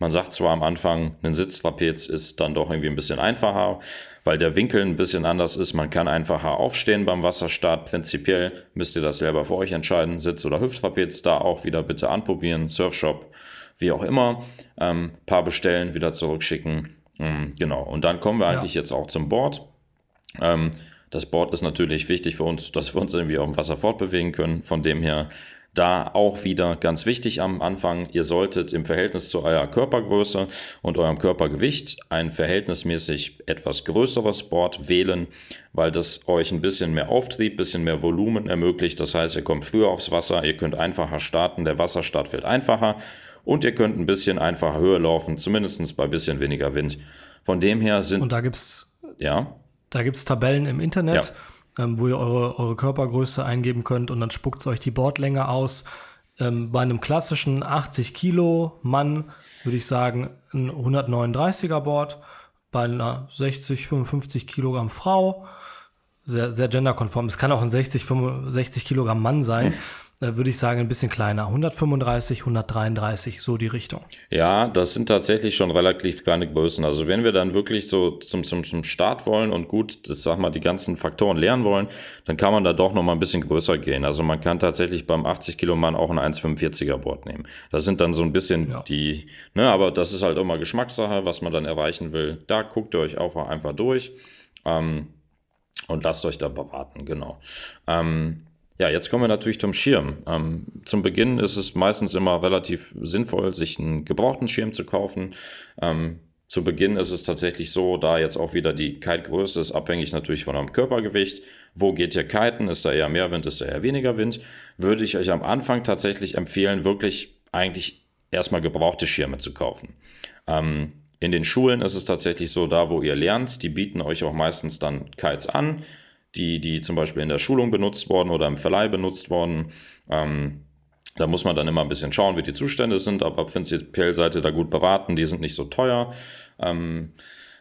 Man sagt zwar am Anfang, ein Sitztrapez ist dann doch irgendwie ein bisschen einfacher, weil der Winkel ein bisschen anders ist. Man kann einfacher aufstehen beim Wasserstart. Prinzipiell müsst ihr das selber für euch entscheiden. Sitz- oder Hüfttrapez, da auch wieder bitte anprobieren. Surfshop, wie auch immer. Ähm, paar bestellen, wieder zurückschicken. Ähm, genau. Und dann kommen wir eigentlich ja. jetzt auch zum Board. Ähm, das Board ist natürlich wichtig für uns, dass wir uns irgendwie auf dem Wasser fortbewegen können. Von dem her da auch wieder ganz wichtig am Anfang, ihr solltet im Verhältnis zu eurer Körpergröße und eurem Körpergewicht ein verhältnismäßig etwas größeres Board wählen, weil das euch ein bisschen mehr Auftrieb, ein bisschen mehr Volumen ermöglicht. Das heißt, ihr kommt früher aufs Wasser, ihr könnt einfacher starten, der Wasserstart wird einfacher und ihr könnt ein bisschen einfacher Höhe laufen, zumindest bei ein bisschen weniger Wind. Von dem her sind... Und da gibt's, ja? da gibt's Tabellen im Internet, ja. Ähm, wo ihr eure, eure Körpergröße eingeben könnt und dann spuckt es euch die Bordlänge aus. Ähm, bei einem klassischen achtzig Kilo Mann würde ich sagen ein hundertneununddreißiger Board. Bei einer sechzig, fünfundfünfzig Kilogramm Frau, sehr, sehr genderkonform. Es kann auch ein sechzig, fünfundsechzig Kilogramm Mann sein. Äh, würde ich sagen, ein bisschen kleiner. hundertfünfunddreißig, hundertdreiunddreißig, so die Richtung. Ja, das sind tatsächlich schon relativ kleine Größen. Also wenn wir dann wirklich so zum, zum, zum Start wollen und gut, das sag mal, die ganzen Faktoren lernen wollen, dann kann man da doch noch mal ein bisschen größer gehen. Also man kann tatsächlich beim achtzig Kilo Mann auch ein eins Komma fünfundvierziger Board nehmen. Das sind dann so ein bisschen ja. die, ne, aber das ist halt immer Geschmackssache, was man dann erreichen will. Da guckt ihr euch auch einfach durch ähm, und lasst euch da beraten, genau. Ähm, Ja, jetzt kommen wir natürlich zum Schirm. Ähm, zum Beginn ist es meistens immer relativ sinnvoll, sich einen gebrauchten Schirm zu kaufen. Ähm, zu Beginn ist es tatsächlich so, da jetzt auch wieder die Kite-Größe ist abhängig natürlich von eurem Körpergewicht. Wo geht ihr kiten? Ist da eher mehr Wind, ist da eher weniger Wind? Würde ich euch am Anfang tatsächlich empfehlen, wirklich eigentlich erstmal gebrauchte Schirme zu kaufen. Ähm, in den Schulen ist es tatsächlich so, da wo ihr lernt, die bieten euch auch meistens dann Kites an, die, die zum Beispiel in der Schulung benutzt worden oder im Verleih benutzt worden. Ähm, da muss man dann immer ein bisschen schauen, wie die Zustände sind, aber prinzipiell seid ihr da gut beraten, die sind nicht so teuer. Ähm,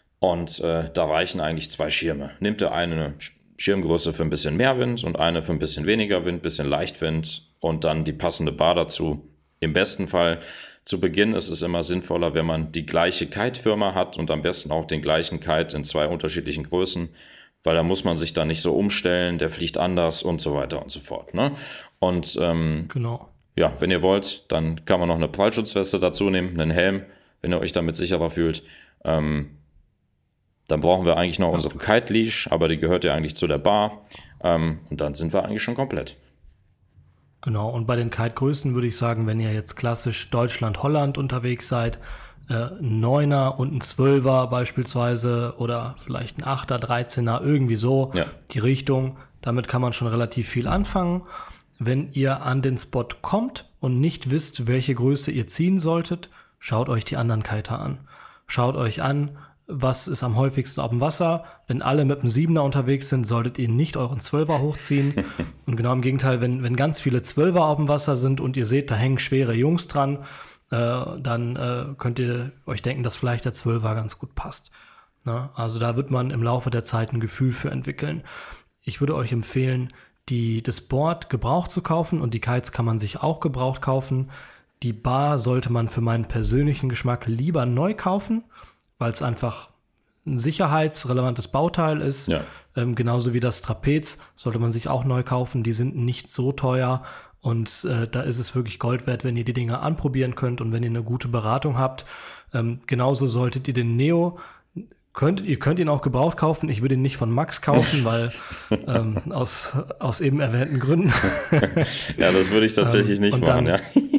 und äh, da reichen eigentlich zwei Schirme. Nehmt ihr eine Schirmgröße für ein bisschen mehr Wind und eine für ein bisschen weniger Wind, bisschen Leichtwind und dann die passende Bar dazu. Im besten Fall zu Beginn ist es immer sinnvoller, wenn man die gleiche Kite-Firma hat und am besten auch den gleichen Kite in zwei unterschiedlichen Größen, weil da muss man sich da nicht so umstellen, der fliegt anders und so weiter und so fort. Ne? Und ähm, genau. ja, wenn ihr wollt, dann kann man noch eine Prallschutzweste dazu nehmen, einen Helm, wenn ihr euch damit sicherer fühlt. Ähm, dann brauchen wir eigentlich noch ja. unsere Kite-Leash, aber die gehört ja eigentlich zu der Bar. Ähm, und dann sind wir eigentlich schon komplett. Genau, und bei den Kite-Größen würde ich sagen, wenn ihr jetzt klassisch Deutschland-Holland unterwegs seid, ein Neuner und ein Zwölfer beispielsweise oder vielleicht ein Achter, Dreizehner, irgendwie so ja. die Richtung. Damit kann man schon relativ viel anfangen. Wenn ihr an den Spot kommt und nicht wisst, welche Größe ihr ziehen solltet, schaut euch die anderen Kiter an. Schaut euch an, was ist am häufigsten auf dem Wasser. Wenn alle mit einem Siebener unterwegs sind, solltet ihr nicht euren Zwölfer hochziehen. Und genau im Gegenteil, wenn, wenn ganz viele Zwölfer auf dem Wasser sind und ihr seht, da hängen schwere Jungs dran, Äh, dann äh, könnt ihr euch denken, dass vielleicht der Zwölfer ganz gut passt. Ne? Also da wird man im Laufe der Zeit ein Gefühl für entwickeln. Ich würde euch empfehlen, die, das Board gebraucht zu kaufen und die Kites kann man sich auch gebraucht kaufen. Die Bar sollte man für meinen persönlichen Geschmack lieber neu kaufen, weil es einfach ein sicherheitsrelevantes Bauteil ist. Ja. Ähm, genauso wie das Trapez sollte man sich auch neu kaufen. Die sind nicht so teuer. Und äh, da ist es wirklich Gold wert, wenn ihr die Dinge anprobieren könnt und wenn ihr eine gute Beratung habt. Ähm, genauso solltet ihr den Neo, könnt, ihr könnt ihn auch gebraucht kaufen. Ich würde ihn nicht von Max kaufen, weil ähm, aus, aus eben erwähnten Gründen. Ja, das würde ich tatsächlich ähm, nicht machen, dann,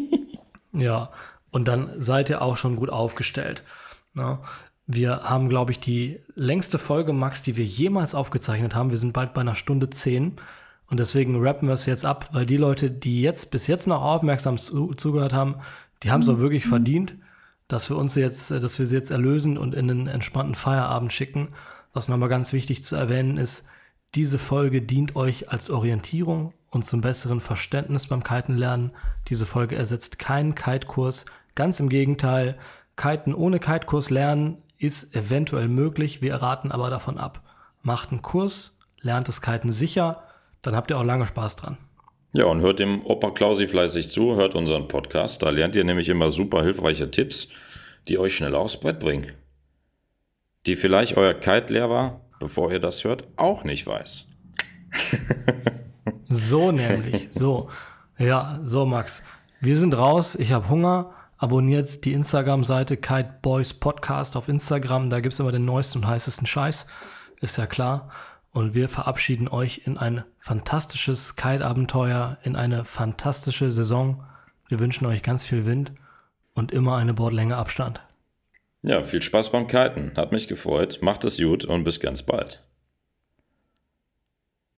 ja. Ja, und dann seid ihr auch schon gut aufgestellt. Ja. Wir haben, glaube ich, die längste Folge, Max, die wir jemals aufgezeichnet haben. Wir sind bald bei einer Stunde zehn. Und deswegen rappen wir es jetzt ab, weil die Leute, die jetzt bis jetzt noch aufmerksam zu, zugehört haben, die haben es auch wirklich verdient, dass wir uns jetzt, dass wir sie jetzt erlösen und in einen entspannten Feierabend schicken. Was nochmal ganz wichtig zu erwähnen ist, diese Folge dient euch als Orientierung und zum besseren Verständnis beim Kitenlernen. Diese Folge ersetzt keinen Kite-Kurs. Ganz im Gegenteil, Kiten ohne Kite-Kurs lernen ist eventuell möglich. Wir raten aber davon ab. Macht einen Kurs, lernt das Kiten sicher, dann habt ihr auch lange Spaß dran. Ja, und hört dem Opa Klausi fleißig zu, hört unseren Podcast. Da lernt ihr nämlich immer super hilfreiche Tipps, die euch schneller aufs Brett bringen. Die vielleicht euer Kite-Lehrer, bevor ihr das hört, auch nicht weiß. So nämlich, so. Ja, so Max. Wir sind raus, ich habe Hunger. Abonniert die Instagram-Seite Kite Boys Podcast auf Instagram. Da gibt es immer den neuesten und heißesten Scheiß. Ist ja klar. Und wir verabschieden euch in ein fantastisches Kite-Abenteuer, in eine fantastische Saison. Wir wünschen euch ganz viel Wind und immer eine Bordlänge Abstand. Ja, viel Spaß beim Kiten. Hat mich gefreut. Macht es gut und bis ganz bald.